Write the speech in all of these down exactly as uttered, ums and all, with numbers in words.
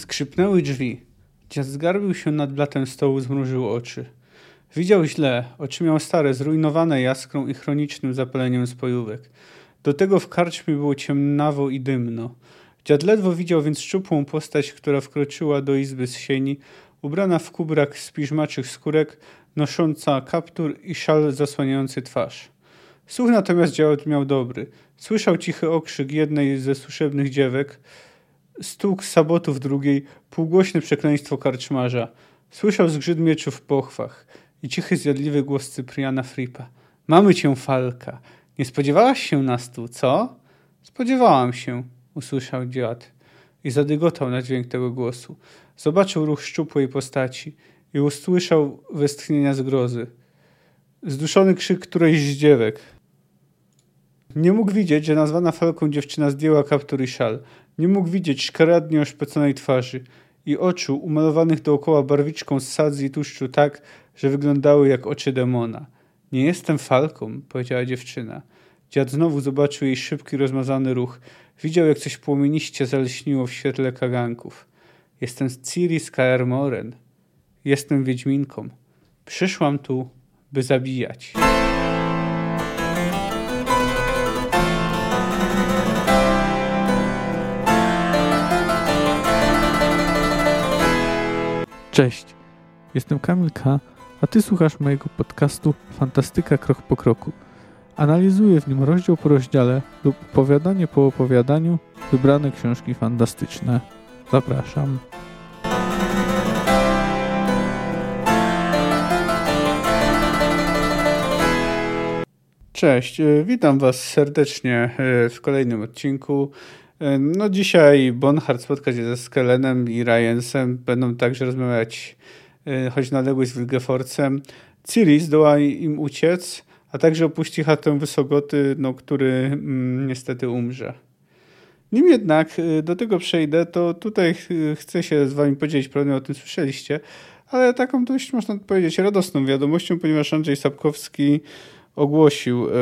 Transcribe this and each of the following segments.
Skrzypnęły drzwi. Dziad zgarbił się nad blatem stołu, zmrużył oczy. Widział źle, oczy miał stare, zrujnowane jaskrą i chronicznym zapaleniem spojówek. Do tego w karczmie było ciemnawo i dymno. Dziad ledwo widział więc szczupłą postać, która wkroczyła do izby z sieni, ubrana w kubrak z piżmaczych skórek, nosząca kaptur i szal zasłaniający twarz. Słuch natomiast dziad miał dobry. Słyszał cichy okrzyk jednej ze słuszebnych dziewek, stuk sabotów drugiej, półgłośne przekleństwo karczmarza. Słyszał zgrzyt mieczów w pochwach i cichy, zjadliwy głos Cypriana Fripa. Mamy cię, Falka. Nie spodziewałaś się nas tu, co? Spodziewałam się, usłyszał dziad i zadygotał na dźwięk tego głosu. Zobaczył ruch szczupłej postaci i usłyszał westchnienia zgrozy. Zduszony krzyk którejś z dziewek. Nie mógł widzieć, że nazwana Falką dziewczyna zdjęła kaptur i szal. Nie mógł widzieć szkaradnie oszpeconej twarzy i oczu umalowanych dookoła barwiczką z sadzy i tłuszczu tak, że wyglądały jak oczy demona. Nie jestem Falką, powiedziała dziewczyna. Dziad znowu zobaczył jej szybki, rozmazany ruch. Widział, jak coś płomieniście zalśniło w świetle kaganków. Jestem Ciri z Kaer Morhen. Jestem Wiedźminką. Przyszłam tu, by zabijać. Cześć, jestem Kamil K., a Ty słuchasz mojego podcastu Fantastyka Krok po Kroku. Analizuję w nim rozdział po rozdziale lub opowiadanie po opowiadaniu wybrane książki fantastyczne. Zapraszam. Cześć, witam Was serdecznie w kolejnym odcinku. No dzisiaj Bonhart spotka się ze Skelenem i Ryensem. Będą także rozmawiać, choć na odległość z Wilgefortzem. Ciri zdoła im uciec, a także opuści chatę Wysogoty, no, który mm, niestety umrze. Nim jednak do tego przejdę, to tutaj chcę się z Wami podzielić, prawdę o tym słyszeliście, ale taką dość, można powiedzieć, radosną wiadomością, ponieważ Andrzej Sapkowski ogłosił yy,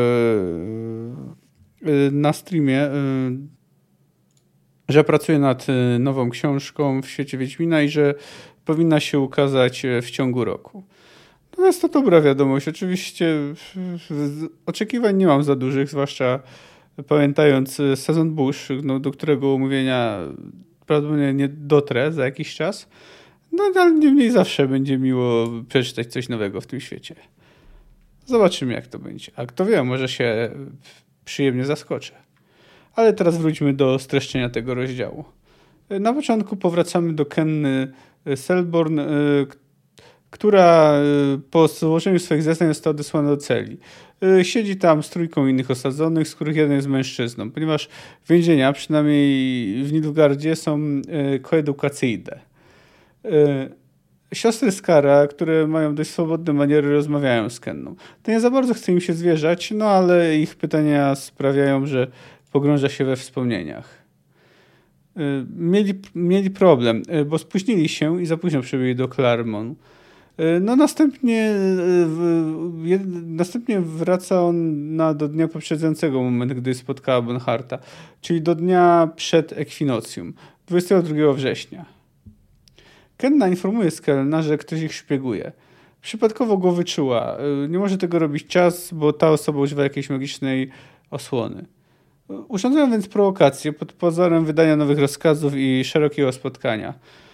yy, na streamie, yy, że pracuje nad nową książką w świecie Wiedźmina i że powinna się ukazać w ciągu roku. No jest to dobra wiadomość. Oczywiście oczekiwań nie mam za dużych, zwłaszcza pamiętając sezon Bush, no, do którego umówienia prawdopodobnie nie dotrę za jakiś czas. No ale niemniej zawsze będzie miło przeczytać coś nowego w tym świecie. Zobaczymy, jak to będzie. A kto wie, może się przyjemnie zaskoczę. Ale teraz wróćmy do streszczenia tego rozdziału. Na początku powracamy do Kenny Selborn, która po złożeniu swoich zeznań została odesłana do celi. Siedzi tam z trójką innych osadzonych, z których jeden jest mężczyzną, ponieważ więzienia, przynajmniej w Nilfgaardzie, są koedukacyjne. Siostry Skara, które mają dość swobodne maniery, rozmawiają z Kenną. To nie za bardzo chce im się zwierzać, no ale ich pytania sprawiają, że pogrąża się we wspomnieniach. Mieli, mieli problem, bo spóźnili się i za późno przybyli do Claremont. No następnie, następnie wraca on na, do dnia poprzedzającego moment, gdy spotkała Bonharta, czyli do dnia przed ekwinocjum, dwudziestego drugiego września. Kenna informuje Skelena, że ktoś ich szpieguje. Przypadkowo go wyczuła. Nie może tego robić czas, bo ta osoba używa jakiejś magicznej osłony. Urządzają więc prowokację pod pozorem wydania nowych rozkazów i szerokiego spotkania.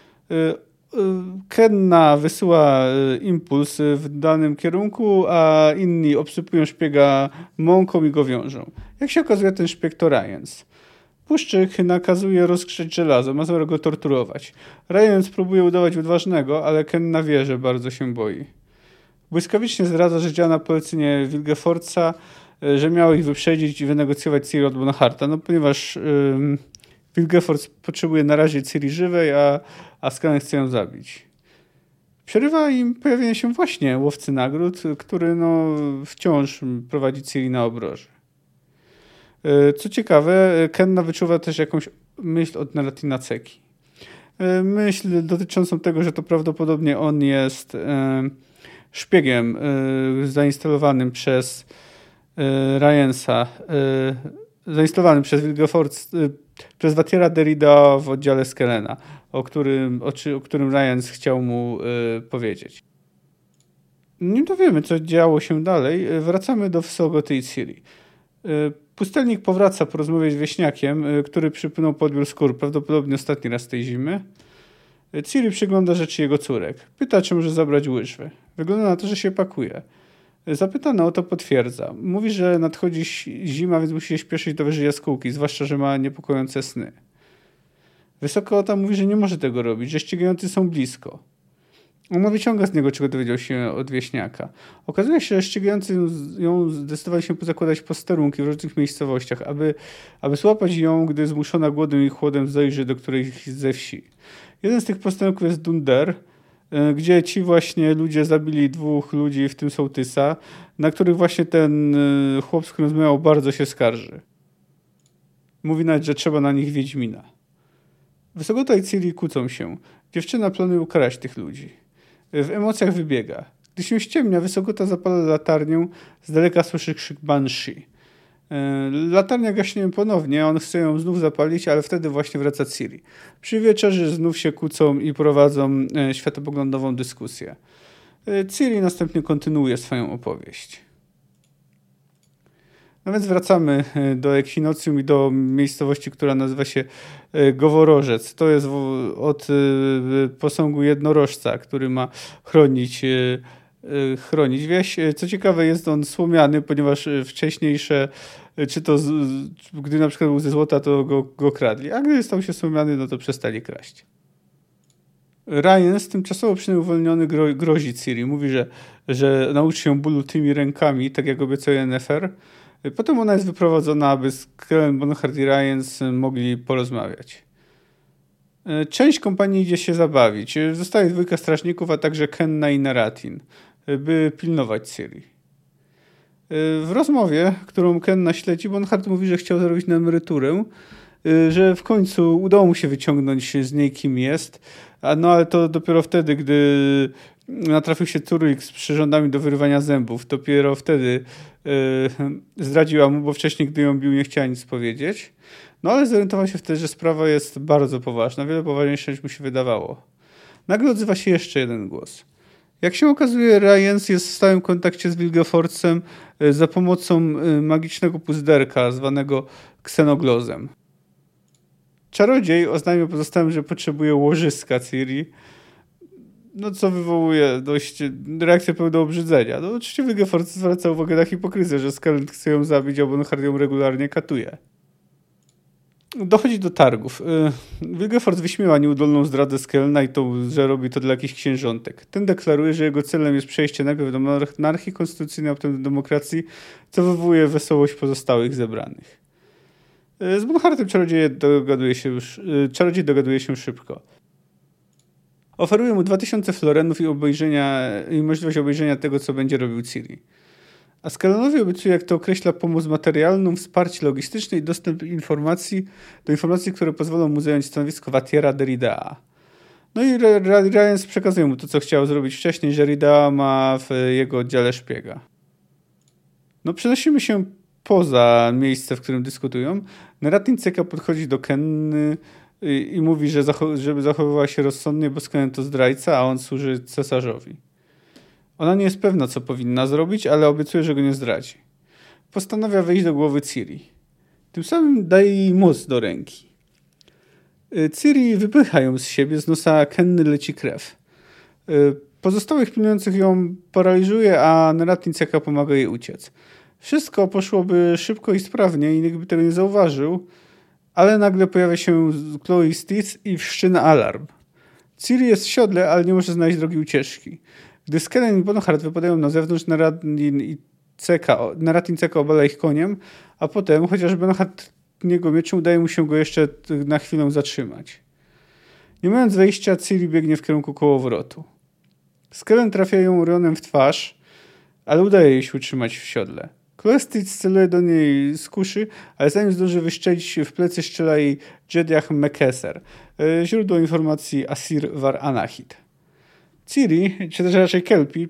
Kenna wysyła impuls w danym kierunku, a inni obsypują szpiega mąką i go wiążą. Jak się okazuje, ten szpieg to Ryens. Puszczyk nakazuje rozgrzeć żelazo, ma zamiar go torturować. Ryens próbuje udawać odważnego, ale Kenna wie, że bardzo się boi. Błyskawicznie zdradza, że działa na polecenie Wilgefortza, że miał ich wyprzedzić i wynegocjować Ciri od Bonharta, no ponieważ yy, Wilgefortz potrzebuje na razie Ciri żywej, a, a Skelen chce ją zabić. Przerywa im pojawienie się właśnie łowcy nagród, który no, wciąż prowadzi Ciri na obroże. Yy, co ciekawe, Kenna wyczuwa też jakąś myśl od Naratina Ceki. Yy, myśl dotyczącą tego, że to prawdopodobnie on jest yy, szpiegiem yy, zainstalowanym przez Ryensa, zainstalowanym przez Wilgefortz, przez Watiera Derrida w oddziale Skellena, o którym, o, czy, o którym Ryans chciał mu y, powiedzieć. Nie dowiemy, co działo się dalej. Wracamy do Wsogoty i Ciri. Pustelnik powraca po rozmowie z wieśniakiem, który przypłynął po odbiór skór, prawdopodobnie ostatni raz tej zimy. Ciri przygląda rzeczy jego córek. Pyta, czy może zabrać łyżwy. Wygląda na to, że się pakuje. Zapytana o to potwierdza. Mówi, że nadchodzi zima, więc musi się śpieszyć do wyżej jaskółki, zwłaszcza, że ma niepokojące sny. Wysokota mówi, że nie może tego robić, że ścigający są blisko. Ona wyciąga z niego, czego dowiedział się od wieśniaka. Okazuje się, że ścigający ją zdecydowali się pozakładać posterunki w różnych miejscowościach, aby, aby złapać ją, gdy zmuszona głodem i chłodem zajrzy do którejś ze wsi. Jeden z tych posterunków jest Dunder, gdzie ci właśnie ludzie zabili dwóch ludzi, w tym sołtysa, na których właśnie ten chłop, z którym rozmawiał, bardzo się skarży. Mówi nawet, że trzeba na nich wiedźmina. Wysokota i Ciri kłócą się. Dziewczyna planuje ukarać tych ludzi. W emocjach wybiega. Gdy się ściemnia, Wysokota zapala latarnię, z daleka słyszy krzyk Banshee. Latarnia gaśnie ponownie, on chce ją znów zapalić, ale wtedy właśnie wraca Ciri. Przy wieczerzy znów się kłócą i prowadzą światopoglądową dyskusję. Ciri następnie kontynuuje swoją opowieść. No więc wracamy do Ekhinocjum i do miejscowości, która nazywa się Goworożec. To jest od posągu jednorożca, który ma chronić, chronić wieś. Co ciekawe, jest on słomiany, ponieważ wcześniejsze, czy to z, gdy na przykład był ze złota, to go, go kradli, a gdy stał się słomiany, no to przestali kraść. Ryans tymczasowo przynajmniej uwolniony gro, grozi Ciri. Mówi, że, że nauczy się bólu tymi rękami, tak jak obiecuje Nefer. Potem ona jest wyprowadzona, aby Skellen, Bonhart i Ryans mogli porozmawiać. Część kompanii idzie się zabawić. Zostaje dwójka strażników, a także Kenna i Neratin, by pilnować Ciri. W rozmowie, którą Kenna śledzi, Bonhart mówi, że chciał zarobić na emeryturę, że w końcu udało mu się wyciągnąć z niej, kim jest, a no ale to dopiero wtedy, gdy natrafił się Turik z przyrządami do wyrywania zębów. Dopiero wtedy yy, zdradziła mu, bo wcześniej, gdy ją bił, nie chciała nic powiedzieć. No ale zorientował się wtedy, że sprawa jest bardzo poważna, wiele poważniejsza niż mu się wydawało. Nagle odzywa się jeszcze jeden głos. Jak się okazuje, Ryans jest w stałym kontakcie z Wilgefortzem yy, za pomocą yy, magicznego puzderka zwanego Ksenoglozem. Czarodziej oznajmił pozostałym, że potrzebuje łożyska Ciri, no co wywołuje dość reakcję pełną obrzydzenia. No oczywiście Wilgefortz zwraca uwagę na hipokryzję, że Skellen chce ją zabić, a Bonhart ją regularnie katuje. Dochodzi do targów. Wilgefortz wyśmiewa nieudolną zdradę Skellena i to, że robi to dla jakichś księżątek. Ten deklaruje, że jego celem jest przejście najpierw do monarchii konstytucyjnej, a potem do demokracji, co wywołuje wesołość pozostałych zebranych. Z Bonhartem czarodziej dogaduje się, już, czarodziej dogaduje się szybko. Oferuje mu dwa tysiące florenów i, obejrzenia, i możliwość obejrzenia tego, co będzie robił Ciri. A Skellenowi obiecuje, jak to określa, pomoc materialną, wsparcie logistyczne i dostęp informacji, do informacji, które pozwolą mu zająć stanowisko Watiera Derrida. No i Ryans przekazuje mu to, co chciał zrobić wcześniej, że Derrida ma w jego oddziale szpiega. No przenosimy się poza miejsce, w którym dyskutują. Neratin Ceka podchodzi do Kenny i, i mówi, że zachow- żeby zachowywała się rozsądnie, bo Skellen to zdrajca, a on służy cesarzowi. Ona nie jest pewna, co powinna zrobić, ale obiecuje, że go nie zdradzi. Postanawia wejść do głowy Ciri. Tym samym daje jej moc do ręki. Ciri wypycha ją z siebie, z nosa Kenny leci krew. Pozostałych pilnujących ją paraliżuje, a Neratin Ceka pomaga jej uciec. Wszystko poszłoby szybko i sprawnie i nikt by tego nie zauważył, ale nagle pojawia się Chloe Stitz i wszczyna alarm. Ciri jest w siodle, ale nie może znaleźć drogi ucieczki. Gdy Skellen i Bonhart wypadają na zewnątrz, Neratin i Ceka, Neratin Ceka obala ich koniem, a potem, chociaż Bonhart niego mieczem, udaje mu się go jeszcze na chwilę zatrzymać. Nie mając wejścia, Ciri biegnie w kierunku kołowrotu. Skellen trafia ją rionem w twarz, ale udaje jej się utrzymać w siodle. Klestic celuje do niej z kuszy, ale zanim zdąży wyszczelić w plecy, strzela jej Jeddiach Mekeser, źródło informacji Asir War Anahit. Ciri, czy też raczej Kelpi,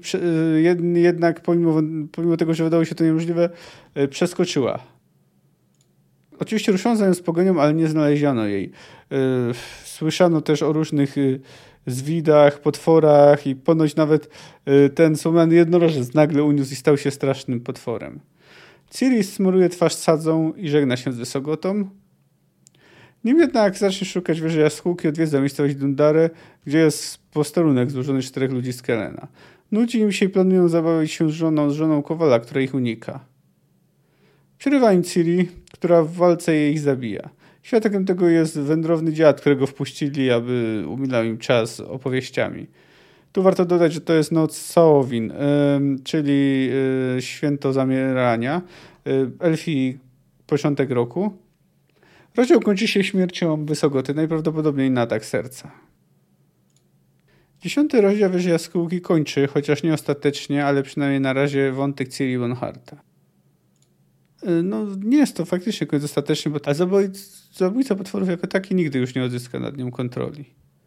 jednak pomimo, pomimo tego, że wydało się to niemożliwe, przeskoczyła. oczywiście ruszono za nią z pogonią, ale nie znaleziono jej. Słyszano też o różnych zwidach, potworach i ponoć nawet ten słomiany jednorożec nagle uniósł i stał się strasznym potworem. Ciri smuruje twarz sadzą i żegna się z Wysogotą. Nim jednak zacznie szukać wieży jaskółki, odwiedza miejscowość Dundare, gdzie jest posterunek złożony z czterech ludzi z Kelena. Nudzi im się i planują zabawić się z żoną, z żoną Kowala, która ich unika. Przerywa im Ciri, która w walce jej zabija. Świadkiem tego jest wędrowny dziad, którego wpuścili, aby umilał im czas opowieściami. Tu warto dodać, że to jest noc Samhain, yy, czyli yy, święto zamierania, yy, elfi początek roku. Rozdział kończy się śmiercią Wysogoty, najprawdopodobniej na atak serca. Dziesiąty rozdział Wieży Jaskółki kończy, chociaż nie ostatecznie, ale przynajmniej na razie wątek Ciri Bonharta. No nie jest to faktycznie końc ostateczny, bo a zabójca potworów jako taki nigdy już nie odzyska nad nią kontroli.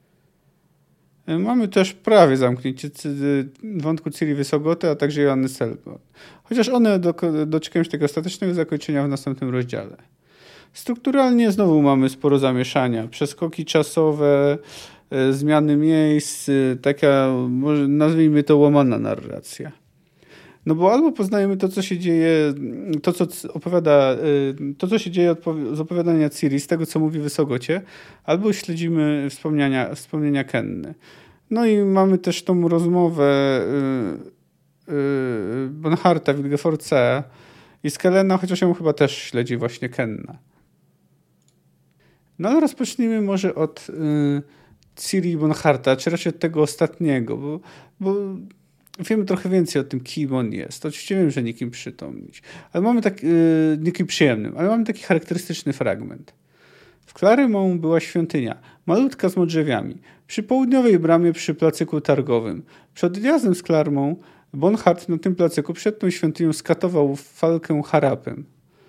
Mamy też prawie zamknięcie wątku Ciri Wysogoty, a także Joanny Selborn. Chociaż one do, doczekają się tego ostatecznego zakończenia w następnym rozdziale. Strukturalnie znowu mamy sporo zamieszania. Przeskoki czasowe, e, zmiany miejsc, e, taka, może nazwijmy to łamana narracja. No bo albo poznajemy to, co się dzieje, to, co opowiada, e, to, co się dzieje z opowiadania Ciri, z tego, co mówi Wysogocie, albo śledzimy wspomnienia, wspomnienia Kenny. No i mamy też tą rozmowę e, e, Bonharta, Wilgefortza i Skelena, chociaż ją chyba też śledzi właśnie Kenna. No ale rozpocznijmy może od y, Ciri Bonharta, czy raczej od tego ostatniego, bo, bo wiemy trochę więcej o tym, kim on jest. Oczywiście wiem, że nikim przytomnić, ale mamy tak, y, nikim przyjemnym, ale mamy taki charakterystyczny fragment. W Claremont była świątynia, malutka z modrzewiami, przy południowej bramie przy placyku targowym. Przed odjazdem z Claremont Bonhart na tym placyku przed tą świątynią skatował falkę harapem.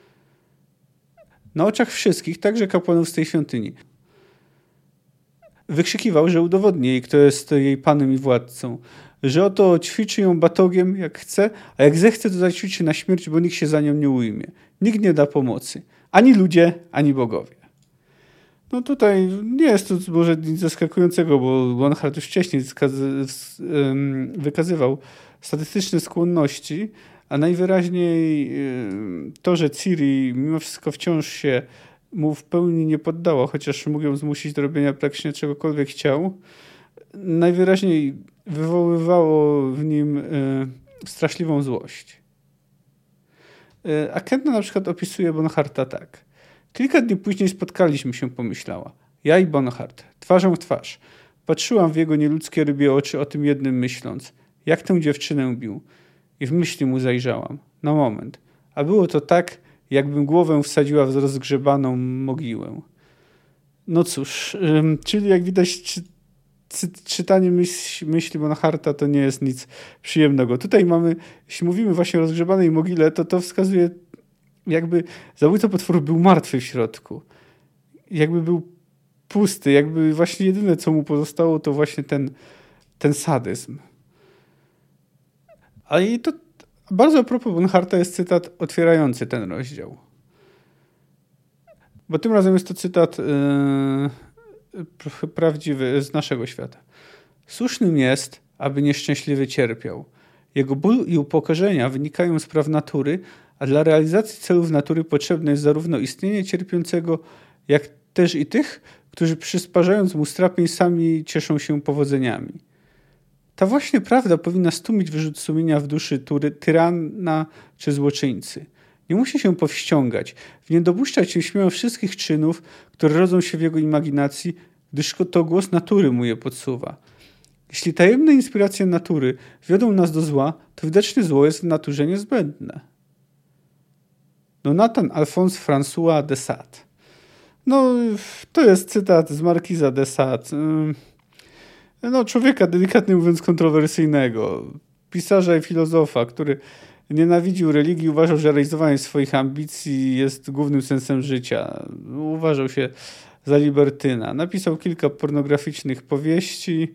Na oczach wszystkich, także kapłanów z tej świątyni. Wykrzykiwał, że udowodni jej, kto jest jej panem i władcą. Że oto ćwiczy ją batogiem jak chce, a jak zechce, to zaćwiczy na śmierć, bo nikt się za nią nie ujmie. Nikt nie da pomocy. Ani ludzie, ani bogowie. No tutaj nie jest to może nic zaskakującego, bo Bonhart już wcześniej wykazywał statystyczne skłonności, a najwyraźniej to, że Ciri mimo wszystko wciąż się mu w pełni nie poddała, chociaż mógł ją zmusić do robienia praktycznie czegokolwiek chciał, najwyraźniej wywoływało w nim straszliwą złość. A Kenna na przykład opisuje Bonharta tak. Kilka dni później spotkaliśmy się, pomyślała. Ja i Bonhart, twarzą w twarz. Patrzyłam w jego nieludzkie rybie oczy, o tym jednym myśląc. Jak tę dziewczynę bił. I w myśli mu zajrzałam. Na moment. A było to tak, jakbym głowę wsadziła w rozgrzebaną mogiłę. No cóż, ym, czyli jak widać, czy, czy, czytanie myśl, myśli Bonharta to nie jest nic przyjemnego. Tutaj mamy, jeśli mówimy właśnie o rozgrzebanej mogile, to to wskazuje, jakby zabójca potworów był martwy w środku. Jakby był pusty, jakby właśnie jedyne, co mu pozostało, to właśnie ten, ten sadyzm. A i to bardzo a propos Bonharta jest cytat otwierający ten rozdział. Bo tym razem jest to cytat yy, prawdziwy z naszego świata. Słusznym jest, aby nieszczęśliwy cierpiał. Jego ból i upokorzenia wynikają z praw natury, a dla realizacji celów natury potrzebne jest zarówno istnienie cierpiącego, jak też i tych, którzy przysparzając mu strapień sami cieszą się powodzeniami. Ta właśnie prawda powinna stłumić wyrzut sumienia w duszy tury, tyrana czy złoczyńcy. Nie musi się powściągać, nie dopuszczać się śmiało wszystkich czynów, które rodzą się w jego imaginacji, gdyż to głos natury mu je podsuwa. Jeśli tajemne inspiracje natury wiodą nas do zła, to widocznie zło jest w naturze niezbędne. Jonathan Alphonse François de Sade. No, to jest cytat z Markiza de Sade. No, człowieka delikatnie mówiąc kontrowersyjnego. Pisarza i filozofa, który nienawidził religii, uważał, że realizowanie swoich ambicji jest głównym sensem życia. Uważał się za libertyna. Napisał kilka pornograficznych powieści,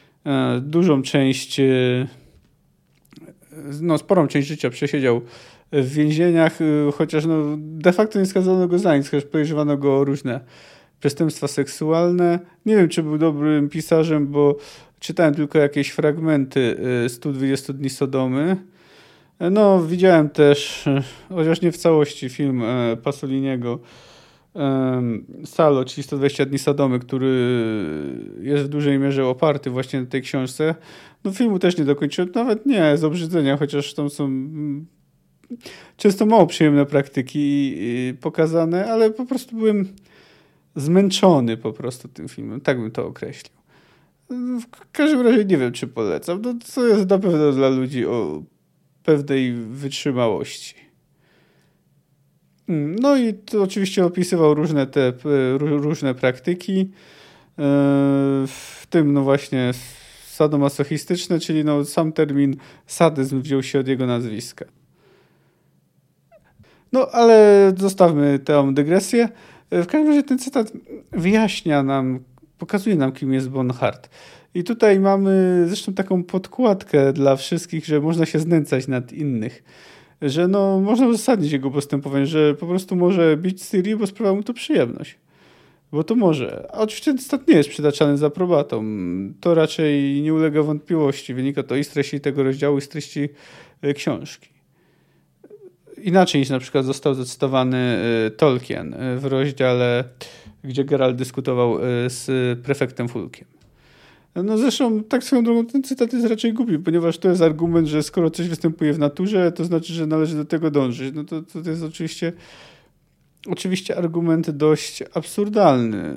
dużą część, no sporą część życia przesiedział w więzieniach, chociaż no, de facto nie skazano go za nic, chociaż podejrzewano go o różne przestępstwa seksualne. Nie wiem, czy był dobrym pisarzem, bo czytałem tylko jakieś fragmenty stu dwudziestu dni Sodomy. No, widziałem też, chociaż nie w całości, film Pasoliniego Salo, czyli sto dwadzieścia dni Sodomy, który jest w dużej mierze oparty właśnie na tej książce. No, filmu też nie dokończyłem, nawet nie z obrzydzenia, chociaż tam są często mało przyjemne praktyki pokazane, ale po prostu byłem zmęczony po prostu tym filmem, tak bym to określił. W każdym razie nie wiem, czy polecam. No, to jest na pewno dla ludzi o pewnej wytrzymałości. No i to oczywiście opisywał różne te różne praktyki, w tym no właśnie sadomasochistyczne, czyli no sam termin sadyzm wziął się od jego nazwiska. No ale zostawmy tę dygresję. W każdym razie ten cytat wyjaśnia nam, pokazuje nam, kim jest Bonhoeffer. I tutaj mamy zresztą taką podkładkę dla wszystkich, że można się znęcać nad innych. Że no, można uzasadnić jego postępowanie, że po prostu może bić Siri, bo sprawia mu to przyjemność. Bo to może. A oczywiście ten cytat nie jest przytaczany za aprobatą. To raczej nie ulega wątpliwości. Wynika to i z treści tego rozdziału, i z treści książki. Inaczej niż na przykład został zacytowany Tolkien w rozdziale, gdzie Geralt dyskutował z prefektem Fulkiem. No zresztą tak swoją drogą ten cytat jest raczej głupi, ponieważ to jest argument, że skoro coś występuje w naturze, to znaczy, że należy do tego dążyć. No to, to jest oczywiście oczywiście argument dość absurdalny.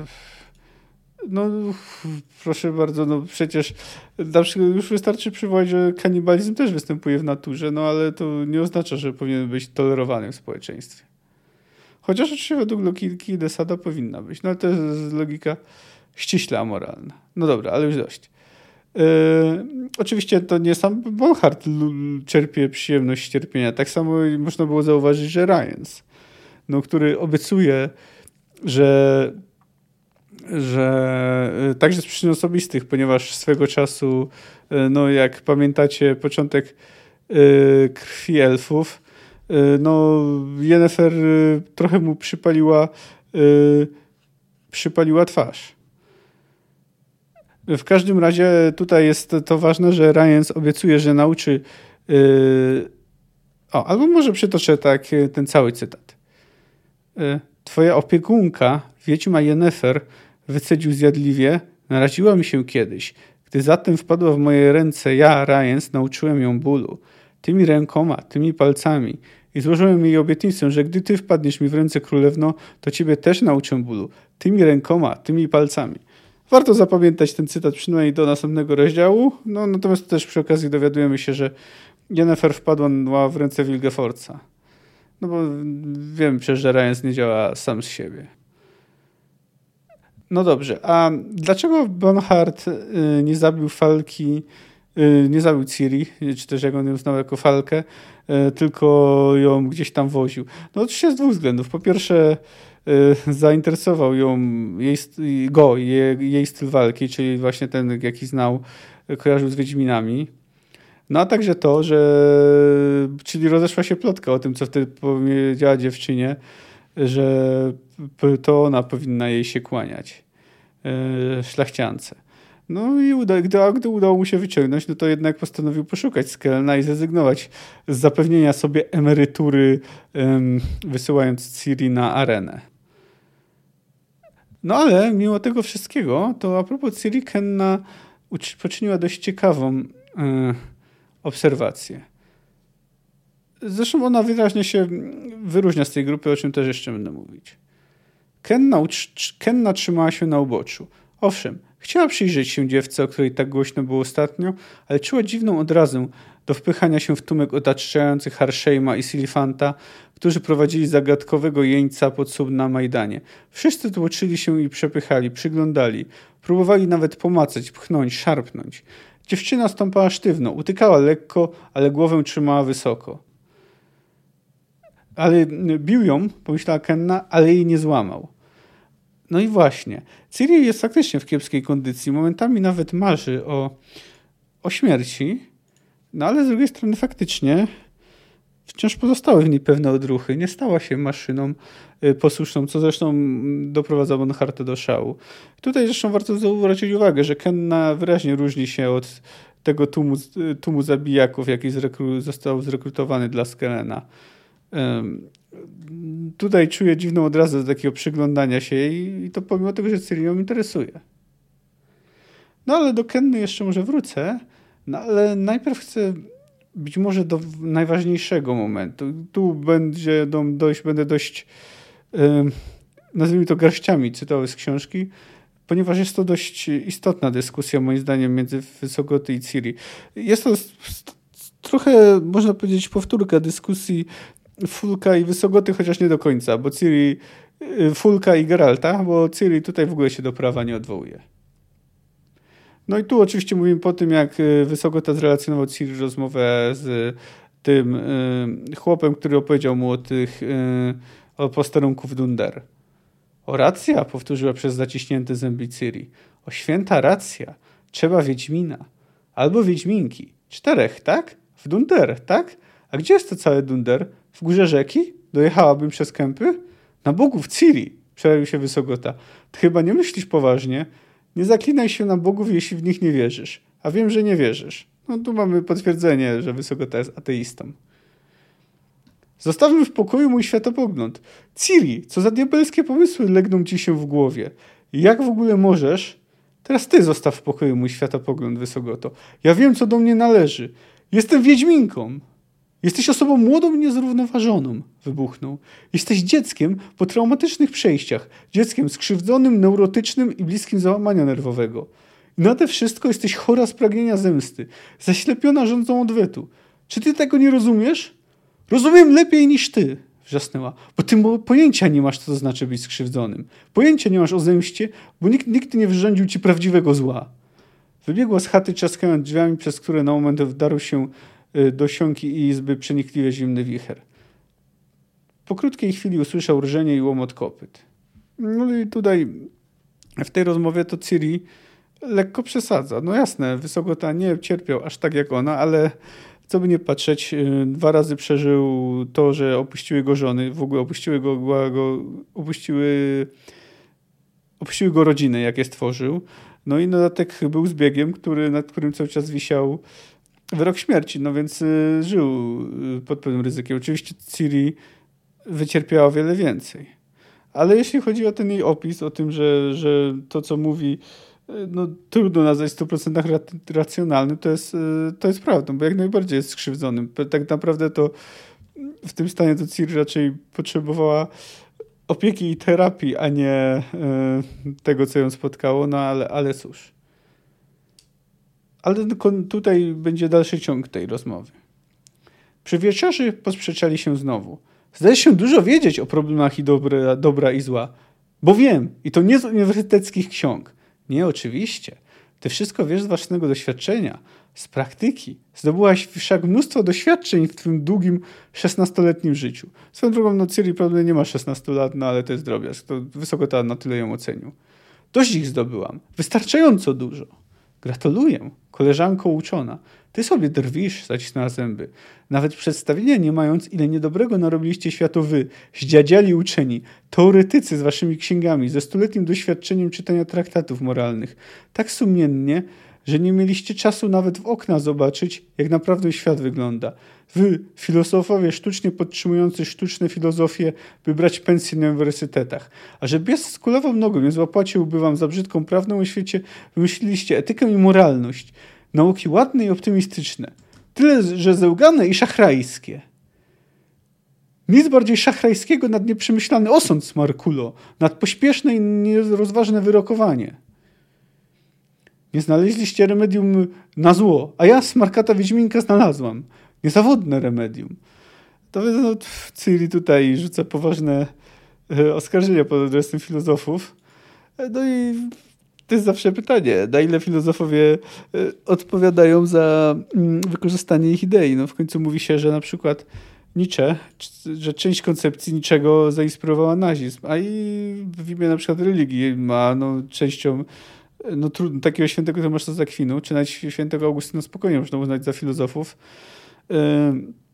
No proszę bardzo, no przecież na przykład już wystarczy przywołać, że kanibalizm też występuje w naturze, no ale to nie oznacza, że powinien być tolerowany w społeczeństwie. Chociaż oczywiście według logiki de Sada powinna być, no ale to jest logika ściśle amoralna. No dobra, ale już dość. Yy, oczywiście to nie sam Bonhoeffer czerpie przyjemność z cierpienia. Tak samo można było zauważyć, że Ryans, no, który obiecuje, że, że także z przyczyn osobistych, ponieważ swego czasu, no jak pamiętacie, początek yy, Krwi Elfów, yy, no Yennefer yy, trochę mu przypaliła, yy, przypaliła twarz. W każdym razie tutaj jest to ważne, że Ryans obiecuje, że nauczy... Yy... O, albo może przytoczę tak ten cały cytat. Yy, Twoja opiekunka, wiedźma Yennefer, wycedził zjadliwie, naraziła mi się kiedyś. Gdy zatem wpadła w moje ręce, ja, Ryans, nauczyłem ją bólu. Tymi rękoma, tymi palcami. I złożyłem jej obietnicę, że gdy ty wpadniesz mi w ręce, królewno, to ciebie też nauczę bólu. Tymi rękoma, tymi palcami. Warto zapamiętać ten cytat przynajmniej do następnego rozdziału. No, natomiast też przy okazji dowiadujemy się, że Yennefer wpadła w ręce Wilgefortza. No bo wiem przecież, że Ryans nie działa sam z siebie. No dobrze, a dlaczego Bonhoeffer nie zabił Falki, nie zabił Ciri, czy też jak on ją znał jako Falkę, tylko ją gdzieś tam woził? No oczywiście z dwóch względów. Po pierwsze, zainteresował ją, jej, go, jej, jej styl walki, czyli właśnie ten, jaki znał, kojarzył z Wiedźminami. No a także to, że czyli rozeszła się plotka o tym, co wtedy powiedziała dziewczynie, że to ona powinna jej się kłaniać, szlachciance. No i uda, gdy, a gdy udało mu się wyciągnąć, no to jednak postanowił poszukać Skellna i zrezygnować z zapewnienia sobie emerytury, um, wysyłając Ciri na arenę. No ale mimo tego wszystkiego, to a propos Ciri, Kenna poczyniła dość ciekawą y, obserwację. Zresztą ona wyraźnie się wyróżnia z tej grupy, o czym też jeszcze będę mówić. Kenna, Kenna trzymała się na uboczu. Owszem, chciała przyjrzeć się dziewce, o której tak głośno było ostatnio, ale czuła dziwną odrazę do wpychania się w tłumek otaczających Harsheima i Silifanta, którzy prowadzili zagadkowego jeńca pod sub na Majdanie. Wszyscy tłoczyli się i przepychali, przyglądali. Próbowali nawet pomacać, pchnąć, szarpnąć. Dziewczyna stąpała sztywno, utykała lekko, ale głowę trzymała wysoko. Ale bił ją, pomyślała Kenna, ale jej nie złamał. No i właśnie. Ciri jest faktycznie w kiepskiej kondycji. Momentami nawet marzy o, o śmierci. No ale z drugiej strony faktycznie wciąż pozostały w niej pewne odruchy. Nie stała się maszyną posłuszną, co zresztą doprowadza Bonharta do szału. Tutaj zresztą warto zwrócić uwagę, że Kenna wyraźnie różni się od tego tłumu, tłumu zabijaków, jaki zrekru, został zrekrutowany dla Skelena. Um, tutaj czuję dziwną odrazę do takiego przyglądania się jej i to pomimo tego, że Ciri ją interesuje. No ale do Kenny jeszcze może wrócę, no ale najpierw chcę być może do najważniejszego momentu. Tu będzie dojść, będę dość um, nazwijmy to garściami cytował z książki, ponieważ jest to dość istotna dyskusja moim zdaniem między Wysogoty i Ciri. Jest to trochę, można powiedzieć, powtórka dyskusji Fulka i Wysogoty, chociaż nie do końca, bo Ciri, Fulka i Geralta, bo Ciri tutaj w ogóle się do prawa nie odwołuje. No i tu oczywiście mówimy po tym, jak Wysogota zrelacjonował Ciri rozmowę z tym chłopem, który opowiedział mu o tych o posterunku w Dunder. O racja, powtórzyła przez zaciśnięte zęby Ciri. O święta racja. Trzeba Wiedźmina. Albo Wiedźminki. Czterech, tak? W Dunder, tak? A gdzie jest to całe Dunder? W górze rzeki? Dojechałabym przez kępy? Na bogów, Ciri! Przeraził się Wysogota. Ty chyba nie myślisz poważnie? Nie zaklinaj się na bogów, jeśli w nich nie wierzysz. A wiem, że nie wierzysz. No tu mamy potwierdzenie, że Wysogota jest ateistą. Zostawmy w pokoju mój światopogląd. Ciri, co za diabelskie pomysły legną ci się w głowie? Jak w ogóle możesz? Teraz ty zostaw w pokoju mój światopogląd, Wysogoto. Ja wiem, co do mnie należy. Jestem Wiedźminką. Jesteś osobą młodą i niezrównoważoną, wybuchnął. Jesteś dzieckiem po traumatycznych przejściach. Dzieckiem skrzywdzonym, neurotycznym i bliskim załamania nerwowego. I nade wszystko jesteś chora z pragnienia zemsty. Zaślepiona rządzą odwetu. Czy ty tego nie rozumiesz? Rozumiem lepiej niż ty, wrzasnęła, bo ty pojęcia nie masz, co to znaczy być skrzywdzonym. Pojęcia nie masz o zemście, bo nikt nigdy nie wyrządził ci prawdziwego zła. Wybiegła z chaty, trzaskając drzwiami, przez które na moment wdarł się do sionki i izby przenikliwie zimny wicher. Po krótkiej chwili usłyszał rżenie i łomot kopyt. No i tutaj w tej rozmowie to Ciri lekko przesadza. No jasne, Wysogota nie cierpiał aż tak jak ona, ale co by nie patrzeć, dwa razy przeżył to, że opuściły go żony, w ogóle opuściły go, go opuściły, opuściły go rodziny, jak je stworzył. No i na dodatek był zbiegiem, który, nad którym cały czas wisiał wyrok śmierci, no więc y, żył pod pewnym ryzykiem. Oczywiście Ciri wycierpiała o wiele więcej. Ale jeśli chodzi o ten jej opis, o tym, że, że to, co mówi, no trudno nazwać w stu procentach racjonalnym, to jest, to jest prawdą, bo jak najbardziej jest skrzywdzonym. Tak naprawdę to w tym stanie to Ciri raczej potrzebowała opieki i terapii, a nie y, tego, co ją spotkało, no ale, ale cóż. Ale tutaj będzie dalszy ciąg tej rozmowy. Przy wieczerzy posprzeczali się znowu. Zdajesz się dużo wiedzieć o problemach i dobra, dobra i zła. Bo wiem, i to nie z uniwersyteckich ksiąg. Nie, oczywiście. Ty wszystko wiesz z własnego doświadczenia, z praktyki. Zdobyłaś wszak mnóstwo doświadczeń w twym długim szesnastoletnim życiu. Swoją drogą, no Ciri prawda nie ma szesnastu lat, no ale to jest drobiazg. To Wysogota na tyle ją ocenił. Dość ich zdobyłam. Wystarczająco dużo. Gratuluję, koleżanko uczona. Ty sobie drwisz, zacisnęła zęby. Nawet przedstawienia nie mając, ile niedobrego narobiliście światu wy, zdziadziali uczeni, teoretycy z waszymi księgami, ze stuletnim doświadczeniem czytania traktatów moralnych. Tak sumiennie, że nie mieliście czasu nawet w okna zobaczyć, jak naprawdę świat wygląda. Wy, filozofowie sztucznie podtrzymujący sztuczne filozofie, by brać pensje na uniwersytetach. A że bies skulował nogą, nie zapłaciłby wam za brzydką prawdę o świecie, wymyśliliście etykę i moralność. Nauki ładne i optymistyczne. Tyle, że zełgane i szachrajskie. Nic bardziej szachrajskiego nad nieprzemyślany osąd, Smarkulo, nad pośpieszne i nierozważne wyrokowanie. Nie znaleźliście remedium na zło, a ja, smarkata Wiedźminka, znalazłam. Niezawodne remedium. To no, Ciri tutaj rzuca poważne e, oskarżenia pod adresem filozofów. No i to jest zawsze pytanie, na ile filozofowie e, odpowiadają za mm, wykorzystanie ich idei. No w końcu mówi się, że na przykład Nietzsche, że część koncepcji niczego zainspirowała nazizm, a i w imię na przykład religii ma no, częścią no trudno, takiego świętego Tomasza z Akwinu, czy nawet świętego Augustyna spokojnie można uznać za filozofów. Yy,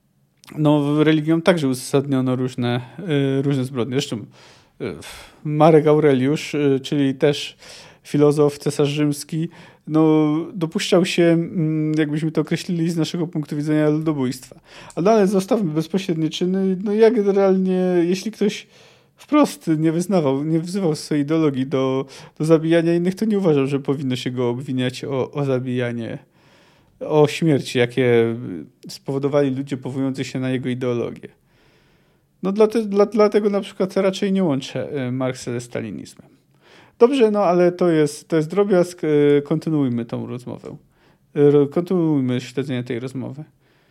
no, religią także uzasadniono różne, różne zbrodnie. Zresztą Marek Aureliusz, czyli też filozof, cesarz rzymski, no, dopuszczał się, jakbyśmy to określili z naszego punktu widzenia, ludobójstwa. A dalej zostawmy bezpośrednie czyny. No jak generalnie, jeśli ktoś wprost nie wyznawał, nie wzywał swojej ideologii do, do zabijania innych, to nie uważał, że powinno się go obwiniać o, o zabijanie, o śmierci, jakie spowodowali ludzie powołujący się na jego ideologię. No dlatego, dla, dlatego na przykład raczej nie łączę Marksa ze stalinizmem. Dobrze, no ale to jest, to jest drobiazg. Kontynuujmy tą rozmowę. Kontynuujmy śledzenie tej rozmowy.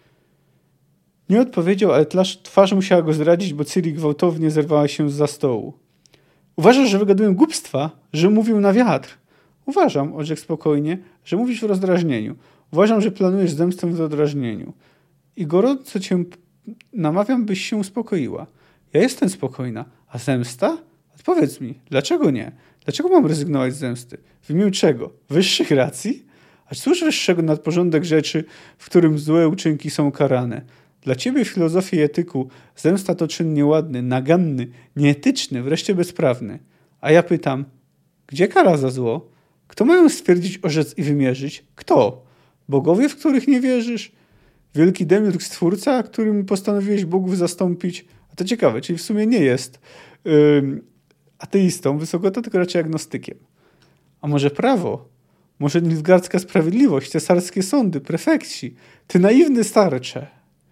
Nie odpowiedział, ale twarz, twarz musiała go zdradzić, bo Ciri gwałtownie zerwała się zza stołu. Uważasz, że wygaduję głupstwa? Że mówił na wiatr? Uważam, odrzekł spokojnie, że mówisz w rozdrażnieniu. Uważam, że planujesz zemstę w rozdrażnieniu. I gorąco cię namawiam, byś się uspokoiła. Ja jestem spokojna. A zemsta? Odpowiedz mi, dlaczego nie? Dlaczego mam rezygnować z zemsty? W imię czego? Wyższych racji? A cóż wyższego nad porządek rzeczy, w którym złe uczynki są karane? Dla ciebie w filozofii i etyku zemsta to czyn nieładny, naganny, nieetyczny, wreszcie bezprawny. A ja pytam, gdzie kara za zło? Kto mają stwierdzić, orzec i wymierzyć? Kto? Bogowie, w których nie wierzysz? Wielki demiurg, stwórca, którym postanowiłeś bogów zastąpić? A to ciekawe, czyli w sumie nie jest yy, ateistą, Wysogota, tylko raczej agnostykiem. A może prawo? Może nilfgaardzka sprawiedliwość, cesarskie sądy, prefekci? Ty naiwny starcze!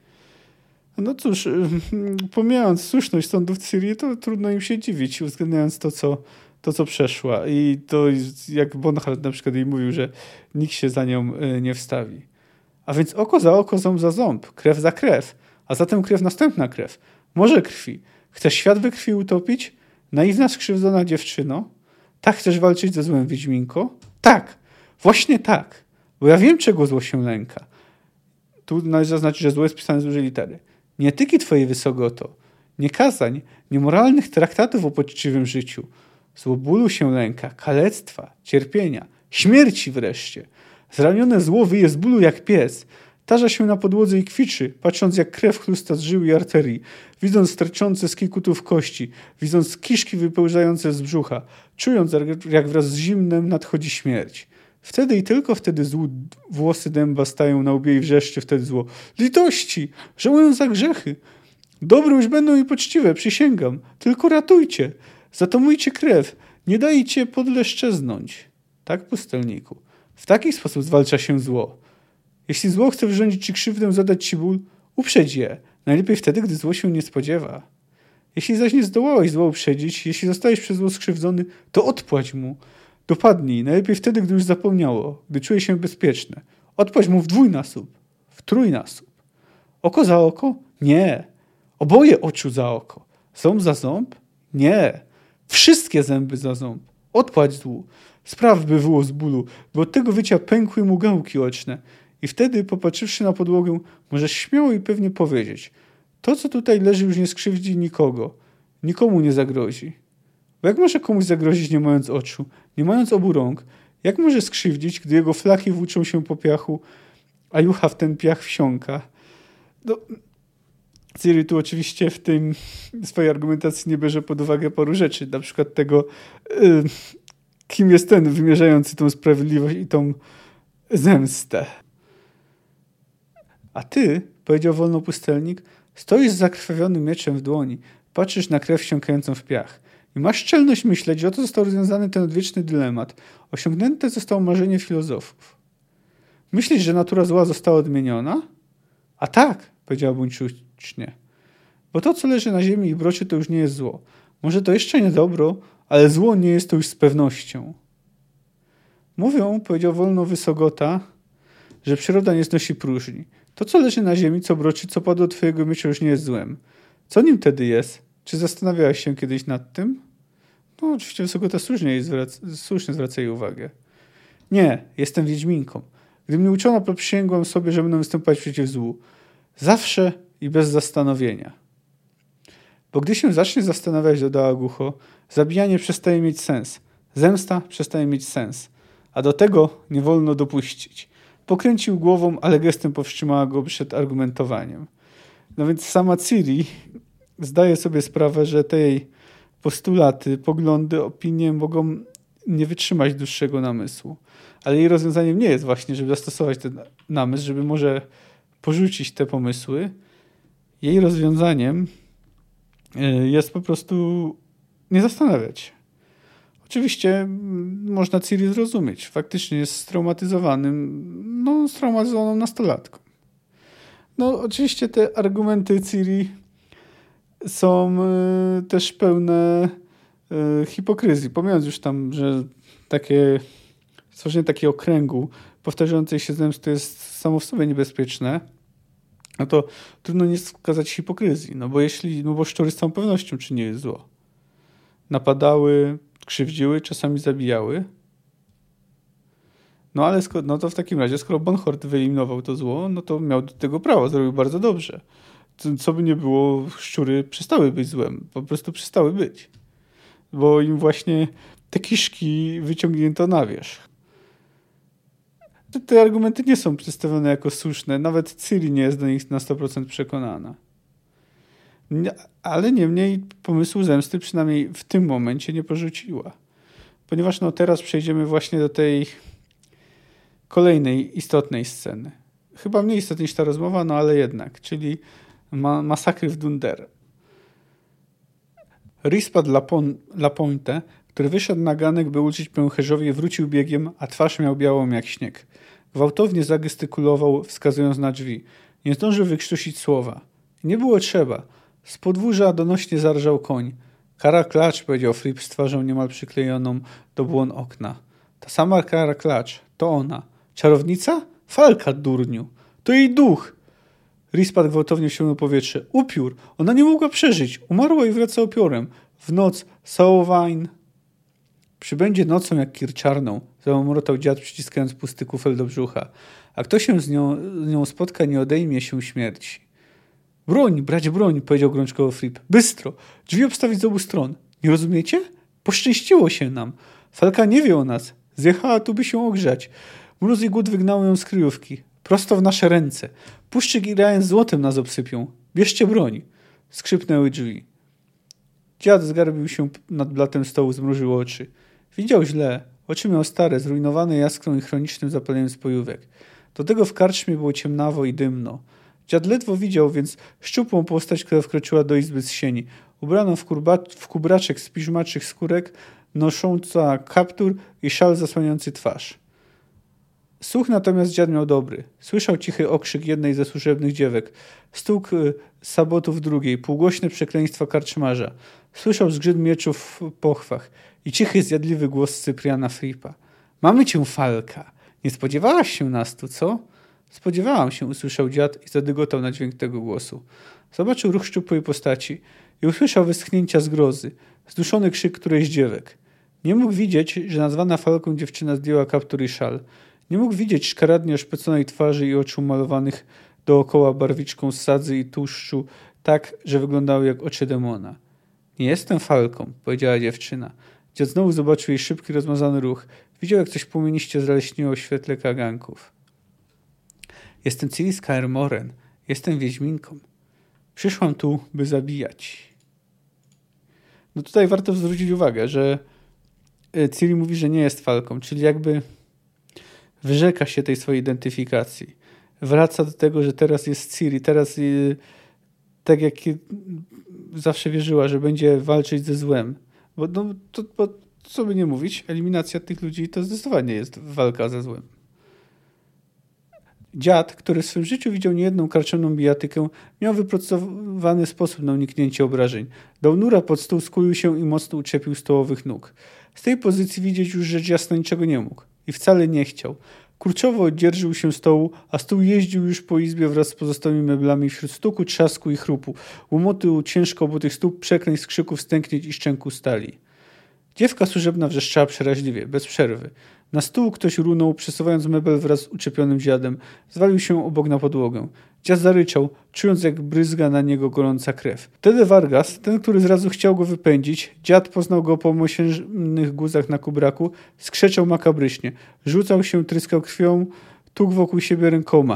No cóż, pomijając słuszność sądów Ciri, to trudno im się dziwić, uwzględniając to, co, to, co przeszła. I to, jak Bonhoeffer na przykład jej mówił, że nikt się za nią nie wstawi. A więc oko za oko, ząb za ząb, krew za krew, a zatem krew następna krew. Morze krwi. Chcesz świat we krwi utopić? Naiwna, skrzywdzona dziewczyno? Tak chcesz walczyć ze złem, Wiedźminko? Tak, właśnie tak, bo ja wiem, czego zło się lęka. Tu należy zaznaczyć, że zło jest pisane z dużej litery. Nie etyki twojej, Wysogoto, nie kazań, nie moralnych traktatów o poczciwym życiu. Zło bólu się lęka, kalectwa, cierpienia, śmierci wreszcie. Zranione zło wyje z bólu jak pies. Tarza się na podłodze i kwiczy, patrząc jak krew chlusta z żył i arterii, widząc sterczące z kikutów kości, widząc kiszki wypełzające z brzucha, czując jak wraz z zimnem nadchodzi śmierć. Wtedy i tylko wtedy złu włosy dęba stają na łbie i wrzeszczy wtedy zło. Litości! Żałuję za grzechy! Dobre już będą i poczciwe, przysięgam. Tylko ratujcie! Zatomujcie krew! Nie dajcie podle szczeznąć. Tak, pustelniku. W taki sposób zwalcza się zło. Jeśli zło chce wyrządzić ci krzywdę, zadać ci ból, uprzedź je. Najlepiej wtedy, gdy zło się nie spodziewa. Jeśli zaś nie zdołałeś zło uprzedzić, jeśli zostałeś przez zło skrzywdzony, to odpłać mu. Dopadnij, najlepiej wtedy, gdy już zapomniało, gdy czuje się bezpieczne. Odpłać mu w dwójnasób, w trójnasób. Oko za oko? Nie. Oboje oczu za oko. Ząb za ząb? Nie. Wszystkie zęby za ząb. Odpłać złu. Spraw by było z bólu, bo od tego wycia pękły mu gałki oczne. I wtedy, popatrzywszy na podłogę, możesz śmiało i pewnie powiedzieć: to, co tutaj leży, już nie skrzywdzi nikogo. Nikomu nie zagrozi. Bo jak może komuś zagrozić, nie mając oczu, nie mając obu rąk? Jak może skrzywdzić, gdy jego flaki włóczą się po piachu, a jucha w ten piach wsiąka? No, Ciri tu oczywiście w tym swojej argumentacji nie bierze pod uwagę paru rzeczy. Na przykład tego, yy, kim jest ten wymierzający tą sprawiedliwość i tą zemstę. A ty, powiedział wolno pustelnik, stoisz z zakrwawionym mieczem w dłoni, patrzysz na krew wsiąkającą w piach i masz szczelność myśleć, że oto został rozwiązany ten odwieczny dylemat. Osiągnięte zostało marzenie filozofów. Myślisz, że natura zła została odmieniona? A tak, powiedziała buńczucznie. Bo to, co leży na ziemi i broczy, to już nie jest zło. Może to jeszcze nie dobro, ale zło nie jest to już z pewnością. Mówią, powiedział wolno Wysogota, że przyroda nie znosi próżni. To, co leży na ziemi, co broczy, co padło od twojego miecza, już nie jest złem. Co nim wtedy jest? Czy zastanawiałaś się kiedyś nad tym? No, oczywiście Wysogota słusznie, jej zwraca, słusznie zwraca jej uwagę. Nie, jestem wiedźminką. Gdy mnie uczono, poprzysięgłam sobie, że będę występować przeciw złu. Zawsze i bez zastanowienia. Bo gdy się zacznie zastanawiać, dodała głucho, zabijanie przestaje mieć sens. Zemsta przestaje mieć sens. A do tego nie wolno dopuścić. Pokręcił głową, ale gestem powstrzymała go przed argumentowaniem. No więc sama Ciri zdaje sobie sprawę, że te jej postulaty, poglądy, opinie mogą nie wytrzymać dłuższego namysłu. Ale jej rozwiązaniem nie jest właśnie, żeby zastosować ten namysł, żeby może porzucić te pomysły. Jej rozwiązaniem jest po prostu nie zastanawiać się. Oczywiście można Ciri zrozumieć. Faktycznie jest straumatyzowanym, no straumatyzowaną nastolatką. No oczywiście te argumenty Ciri są y, też pełne y, hipokryzji. Pomijając już tam, że takie stworzenie takiego okręgu powtarzającej się zemsty jest samo w sobie niebezpieczne, no to trudno nie wskazać hipokryzji. No bo jeśli, no bo szczury z całą pewnością czyniły zło. Napadały, krzywdziły, czasami zabijały. No ale sko- no to w takim razie, skoro Bonhort wyeliminował to zło, no to miał do tego prawo, zrobił bardzo dobrze. Co, co by nie było, szczury przestały być złem. Po prostu przestały być. Bo im właśnie te kiszki wyciągnięto na wierzch. Te, te argumenty nie są przedstawione jako słuszne. Nawet Ciri nie jest do nich na sto procent przekonana. Nie, ale niemniej pomysłu zemsty przynajmniej w tym momencie nie porzuciła. Ponieważ no teraz przejdziemy właśnie do tej kolejnej istotnej sceny. Chyba mniej istotna niż ta rozmowa, no ale jednak, czyli ma- masakry w Dundee. Rispad Lapointe, który wyszedł na ganek, by uczyć pęcherzowi, wrócił biegiem, a twarz miał białą jak śnieg. Gwałtownie zagestykulował, wskazując na drzwi. Nie zdążył wykrztusić słowa. Nie było trzeba. Z podwórza donośnie zarżał koń. Kara klacz, powiedział Fripp z twarzą niemal przyklejoną do błon okna. Ta sama Kara klacz, to ona. Czarownica? Falka, durniu. To jej duch. Rispad gwałtownie wsiągnął powietrze. Upiór. Ona nie mogła przeżyć. Umarła i wraca upiorem. W noc. Samhain. Przybędzie nocą jak kir czarną, zamamrotał dziad, przyciskając pusty kufel do brzucha. A kto się z nią, z nią spotka, nie odejmie się śmierci. Broń, brać broń, powiedział gorączkowo Fripp. Bystro. Drzwi obstawić z obu stron. Nie rozumiecie? Poszczęściło się nam. Falka nie wie o nas. Zjechała tu, by się ogrzać. Mróz i głód wygnały ją z kryjówki. Prosto w nasze ręce. Puszczyk i Ryan złotem nas obsypią. Bierzcie broń. Skrzypnęły drzwi. Dziad zgarbił się nad blatem stołu, zmrużył oczy. Widział źle. Oczy miał stare, zrujnowane jaskrą i chronicznym zapaleniem spojówek. Do tego w karczmie było ciemnawo i dymno. Dziad ledwo widział, więc szczupłą postać, która wkroczyła do izby z sieni. Ubrana w, kurba- w kubraczek z piżmaczych skórek, nosząca kaptur i szal zasłaniający twarz. Słuch natomiast dziad miał dobry. Słyszał cichy okrzyk jednej ze służebnych dziewek, stuk y, sabotów drugiej, półgłośne przekleństwa karczmarza. Słyszał zgrzyt mieczów w pochwach i cichy, zjadliwy głos Cypriana Frippa. Mamy cię, Falka. Nie spodziewałaś się nas tu, co? Spodziewałam się, usłyszał dziad i zadygotał na dźwięk tego głosu. Zobaczył ruch szczupłej postaci i usłyszał westchnięcia zgrozy, zduszony krzyk którejś dziewek. Nie mógł widzieć, że nazwana Falką dziewczyna zdjęła kaptur i szal. Nie mógł widzieć szkaradnie oszpeconej twarzy i oczu malowanych dookoła barwiczką sadzy i tłuszczu, tak, że wyglądały jak oczy demona. Nie jestem Falką, powiedziała dziewczyna. Dziad znowu zobaczył jej szybki, rozmazany ruch. Widział, jak coś płomieniście zaleśniło w świetle kaganków. Jestem Ciri z Kaer Morhen. Jestem Wiedźminką. Przyszłam tu, by zabijać. No tutaj warto zwrócić uwagę, że Ciri mówi, że nie jest Falką, czyli jakby wyrzeka się tej swojej identyfikacji. Wraca do tego, że teraz jest Ciri, teraz yy, tak jak zawsze wierzyła, że będzie walczyć ze złem. Bo, no, to, bo co by nie mówić, eliminacja tych ludzi to zdecydowanie jest walka ze złem. Dziad, który w swym życiu widział niejedną karczemną bijatykę, miał wypracowany sposób na uniknięcie obrażeń. Dał nura pod stół, skulił się i mocno uczepił stołowych nóg. Z tej pozycji widzieć już rzecz jasna niczego nie mógł. I wcale nie chciał. Kurczowo odzierżył się stołu, a stół jeździł już po izbie wraz z pozostałymi meblami wśród stuku, trzasku i chrupu. Łomotu ciężko obutych stóp, przekleństw, krzyków, stęknięć i szczęku stali. Dziewka służebna wrzeszczała przeraźliwie, bez przerwy. Na stół ktoś runął, przesuwając mebel wraz z uczepionym dziadem. Zwalił się obok na podłogę. Dziad zaryczał, czując jak bryzga na niego gorąca krew. Wtedy Vargas, ten, który zrazu chciał go wypędzić, dziad poznał go po mosiężnych guzach na kubraku, skrzeczał makabrycznie. Rzucał się, tryskał krwią, tukł wokół siebie rękoma.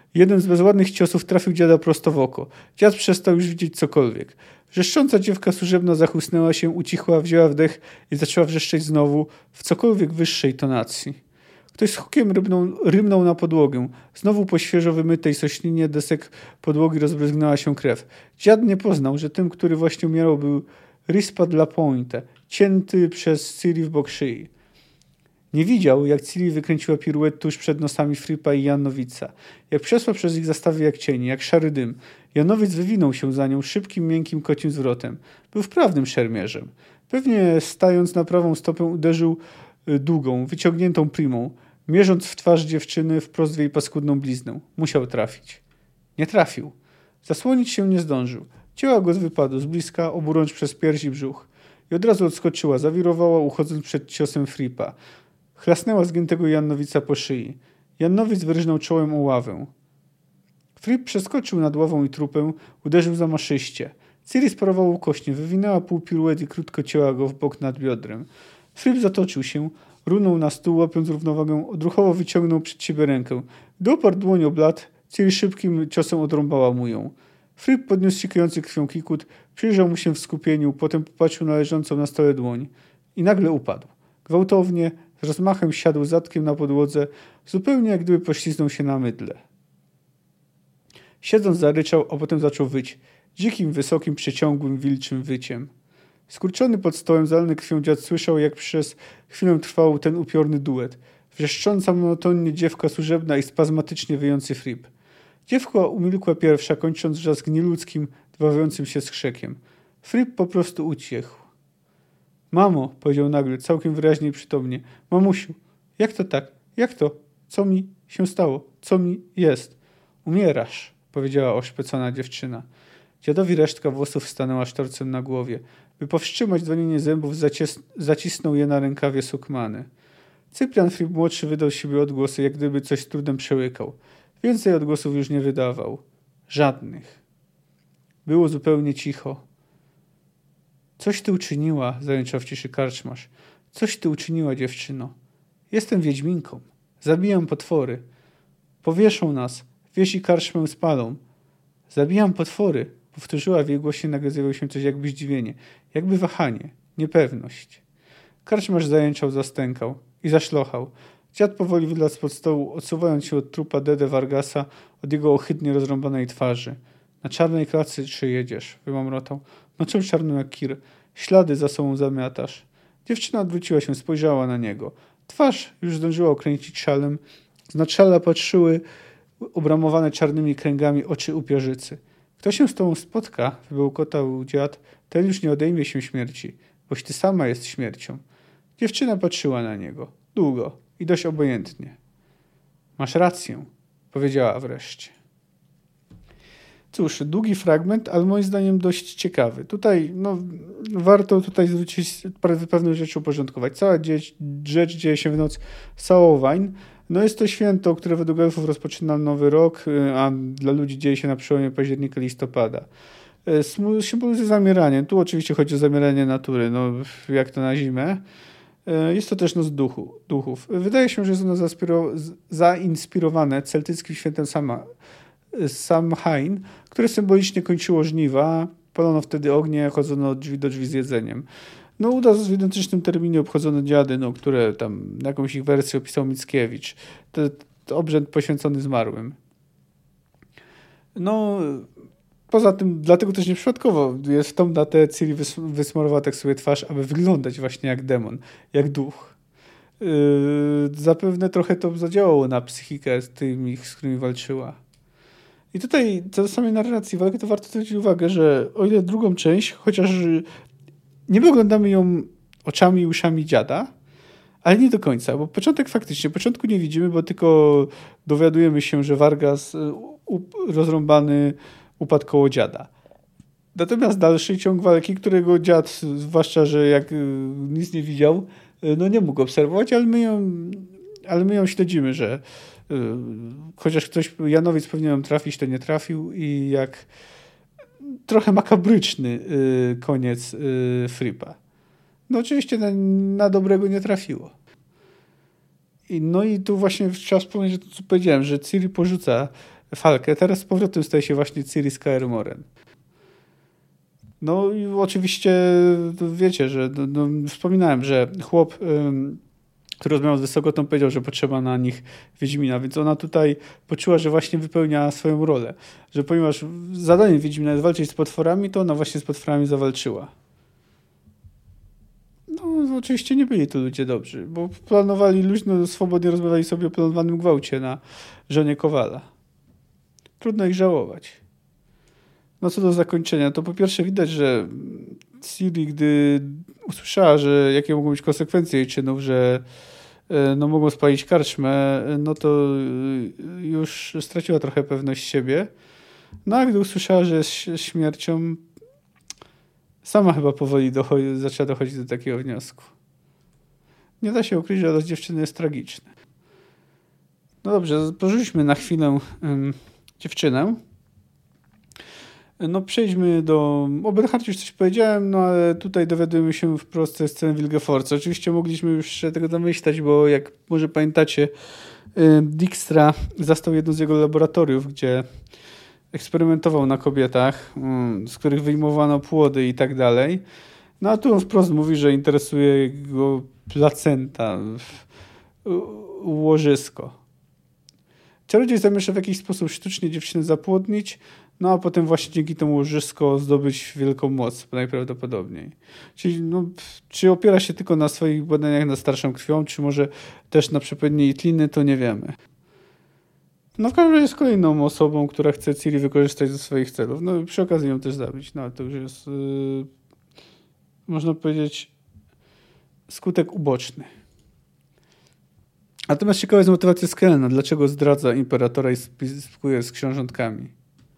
Jeden z bezładnych ciosów trafił dziada prosto w oko. Dziad przestał już widzieć cokolwiek. Wrzeszcząca dziewka służebna zachłysnęła się, ucichła, wzięła wdech i zaczęła wrzeszczeć znowu w cokolwiek wyższej tonacji. Ktoś z hukiem rybnął, rymnął na podłogę. Znowu po świeżo wymytej sośninie desek podłogi rozbryzgnęła się krew. Dziad nie poznał, że tym, który właśnie umierał, był Rispad Lapointe, cięty przez Ciri w bok szyi. Nie widział, jak Ciri wykręciła piruet tuż przed nosami Fripa i Janowica. Jak przeszła przez ich zastawy jak cień, jak szary dym. Janowic wywinął się za nią szybkim, miękkim kocim zwrotem. Był wprawnym szermierzem. Pewnie stając na prawą stopę uderzył długą, wyciągniętą primą, mierząc w twarz dziewczyny wprost w jej paskudną bliznę. Musiał trafić. Nie trafił. Zasłonić się nie zdążył. Cięła go z wypadu, z bliska, oburącz przez pierś i brzuch. I od razu odskoczyła, zawirowała, uchodząc przed ciosem Fripa. Chlasnęła zgiętego Janowica po szyi. Janowic wyrżnął czołem o ławę. Frip przeskoczył nad ławą i trupem, uderzył zamaszyście. Ciri sparowała ukośnie, wywinęła pół piruet i krótko cięła go w bok nad biodrem. Frip zatoczył się, runął na stół, łapiąc równowagę, odruchowo wyciągnął przed siebie rękę. Gdy oparł dłoń o blat, Ciri szybkim ciosem odrąbała mu ją. Frip podniósł sikający krwią kikut, przyjrzał mu się w skupieniu, potem popatrzył na leżącą na stole dłoń i nagle upadł. Gwałtownie, z rozmachem siadł zadkiem na podłodze, zupełnie jak gdyby pośliznął się na mydle. Siedząc zaryczał, a potem zaczął wyć. Dzikim, wysokim, przeciągłym, wilczym wyciem. Skurczony pod stołem, zalany krwią dziad słyszał, jak przez chwilę trwał ten upiorny duet. Wrzeszcząca monotonnie dziewka służebna i spazmatycznie wyjący Frip. Dziewka umilkła pierwsza, kończąc wrzask nieludzkim, dwającym się z krzekiem. Frip po prostu ucichł. Mamo, powiedział nagle, całkiem wyraźnie i przytomnie. Mamusiu, jak to tak? Jak to? Co mi się stało? Co mi jest? Umierasz, powiedziała oszpecona dziewczyna. Dziadowi resztka włosów stanęła sztorcem na głowie. By powstrzymać dzwonienie zębów, zacis- zacisnął je na rękawie sukmany. Cyprian Frip młodszy wydał z siebie odgłosy, jak gdyby coś z trudem przełykał. Więcej odgłosów już nie wydawał. Żadnych. Było zupełnie cicho. Coś ty uczyniła, zajęczał w ciszy karczmarz. Coś ty uczyniła, dziewczyno. Jestem wiedźminką. Zabijam potwory. Powieszą nas. Wieś i karczmę spalą. Zabijam potwory, powtórzyła w jej głosie, nagle zjawiło się coś jakby zdziwienie, jakby wahanie, niepewność. Karczmarz zajęczał, zastękał i zaszlochał. Dziad powoli wylazł spod stołu, odsuwając się od trupa Dede Vargasa, od jego ohydnie rozrąbanej twarzy. Na czarnej klacy czy jedziesz? Wymamrotał. Nocą czarną jak kir. Ślady za sobą zamiatasz. Dziewczyna odwróciła się, spojrzała na niego. Twarz już zdążyła okręcić szalem. Z nad szala patrzyły obramowane czarnymi kręgami oczy upierzycy. Kto się z tobą spotka, wybełkotał dziad, ten już nie odejmie się śmierci, boś ty sama jest śmiercią. Dziewczyna patrzyła na niego. Długo i dość obojętnie. Masz rację, powiedziała wreszcie. Cóż, długi fragment, ale moim zdaniem dość ciekawy. Tutaj, no, warto tutaj zwrócić pewne rzeczy uporządkować. Cała rzecz dzieje się w noc Samhain. No jest to święto, które według elfów rozpoczyna nowy rok, a dla ludzi dzieje się na przełomie października i listopada. Symbolizuje zamieranie. Tu oczywiście chodzi o zamieranie natury, no jak to na zimę. Jest to też noc duchu, duchów. Wydaje się, że jest ono zainspirowane celtyckim świętem Sama, Samhain, które symbolicznie kończyło żniwa. Palono wtedy ognie, chodzono od drzwi do drzwi z jedzeniem. No uda w identycznym terminie obchodzono dziady, no, które tam jakąś ich wersję opisał Mickiewicz. To, to obrzęd poświęcony zmarłym. No poza tym, dlatego też nieprzypadkowo jest w tą datę Ciri wys- wysmarowała tak sobie twarz, aby wyglądać właśnie jak demon, jak duch. Yy, zapewne trochę to zadziałało na psychikę z tymi, z którymi walczyła. I tutaj co do samej narracji walki, to warto zwrócić uwagę, że o ile drugą część, chociaż nie oglądamy ją oczami i uszami dziada, ale nie do końca, bo początek faktycznie, początku nie widzimy, bo tylko dowiadujemy się, że Vargas up, rozrąbany upadł koło dziada. Natomiast dalszy ciąg walki, którego dziad, zwłaszcza, że jak nic nie widział, no nie mógł obserwować, ale my ją, ale my ją śledzimy, że chociaż ktoś, Janowic powinien trafić, to nie trafił i jak trochę makabryczny koniec Fripa. No oczywiście na, na dobrego nie trafiło. I, no i tu właśnie trzeba wspomnieć, że to co powiedziałem, że Ciri porzuca Falkę. Teraz z powrotem staje się właśnie Ciri z Kaer Morhen. No i oczywiście wiecie, że no, no, wspominałem, że chłop, ym, który rozmawiał z Wysokotą, powiedział, że potrzeba na nich Wiedźmina, więc ona tutaj poczuła, że właśnie wypełnia swoją rolę. Że ponieważ zadaniem Wiedźmina jest walczyć z potworami, to ona właśnie z potworami zawalczyła. No oczywiście nie byli to ludzie dobrzy, bo planowali luźno, swobodnie rozmawiali sobie o planowanym gwałcie na żonie Kowala. Trudno ich żałować. No co do zakończenia, to po pierwsze widać, że Ciri, gdy usłyszała, że jakie mogą być konsekwencje jej czynów, że no, mogą spalić karczmę, no to już straciła trochę pewność siebie. No a gdy usłyszała, że jest śmiercią, sama chyba powoli dochodzi, zaczęła dochodzić do takiego wniosku. Nie da się ukryć, że los dziewczyny jest tragiczny. No dobrze, porzućmy na chwilę um, dziewczynę. No przejdźmy do... O Bernhardzie już coś powiedziałem, no ale tutaj dowiadujemy się wprost ze sceny Wilgefortza. Oczywiście mogliśmy już się tego domyślać, bo jak może pamiętacie, Dijkstra zastał jedno z jego laboratoriów, gdzie eksperymentował na kobietach, z których wyjmowano płody i tak dalej. No a tu on wprost mówi, że interesuje go placenta, łożysko. Czarodziej zamierza w jakiś sposób sztucznie dziewczynę zapłodnić, no a potem właśnie dzięki temu łożysko zdobyć wielką moc, najprawdopodobniej. Czyli no, czy opiera się tylko na swoich badaniach nad starszą krwią, czy może też na przepłynnie tliny, to nie wiemy. No w każdym razie jest kolejną osobą, która chce Ciri wykorzystać do swoich celów. No i przy okazji ją też zabić. No to już jest, yy, można powiedzieć, skutek uboczny. Natomiast ciekawa jest motywacja Skellena. Dlaczego zdradza imperatora i spiskuje z książątkami?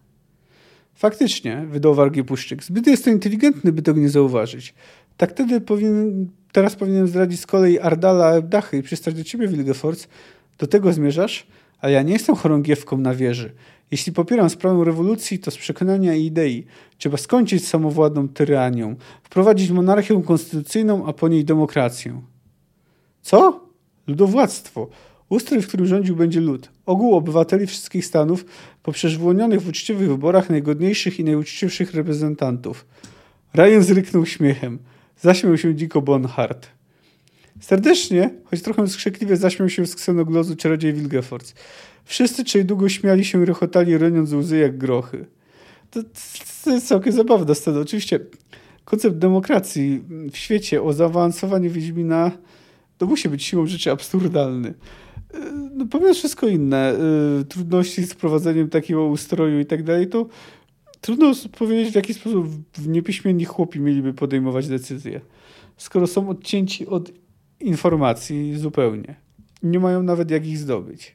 Faktycznie, wydał wargi Puszczyk. Zbyt jest to inteligentny, by tego nie zauważyć. Tak wtedy powinien, teraz powinienem zdradzić z kolei Ardala Dachy i przystać do ciebie, Wilgefortz. Do tego zmierzasz? Ale ja nie jestem chorągiewką na wieży. Jeśli popieram sprawę rewolucji, to z przekonania i idei. Trzeba skończyć z samowładną tyranią, wprowadzić monarchię konstytucyjną, a po niej demokrację. Co? Ludowładztwo. Ustrój, w którym rządził będzie lud. Ogół obywateli wszystkich stanów poprzez wyłonionych w uczciwych wyborach najgodniejszych i najuczciwszych reprezentantów. Ryan zryknął śmiechem. Zaśmiał się dziko Bonhart. Serdecznie, choć trochę skrzykliwie zaśmiał się z ksenoglozu czarodziej Wilgefortz. Wszyscy trzej długo śmiali się i rechotali, roniąc łzy jak grochy. To, to jest całkiem zabawna scena. Oczywiście koncept demokracji w świecie o zaawansowaniu Wiedźmina to musi być siłą rzeczy absurdalny. No, pomijając wszystko inne, y, trudności z prowadzeniem takiego ustroju i tak dalej, to trudno powiedzieć, w jaki sposób niepiśmienni chłopi mieliby podejmować decyzje. Skoro są odcięci od informacji zupełnie. Nie mają nawet jak ich zdobyć.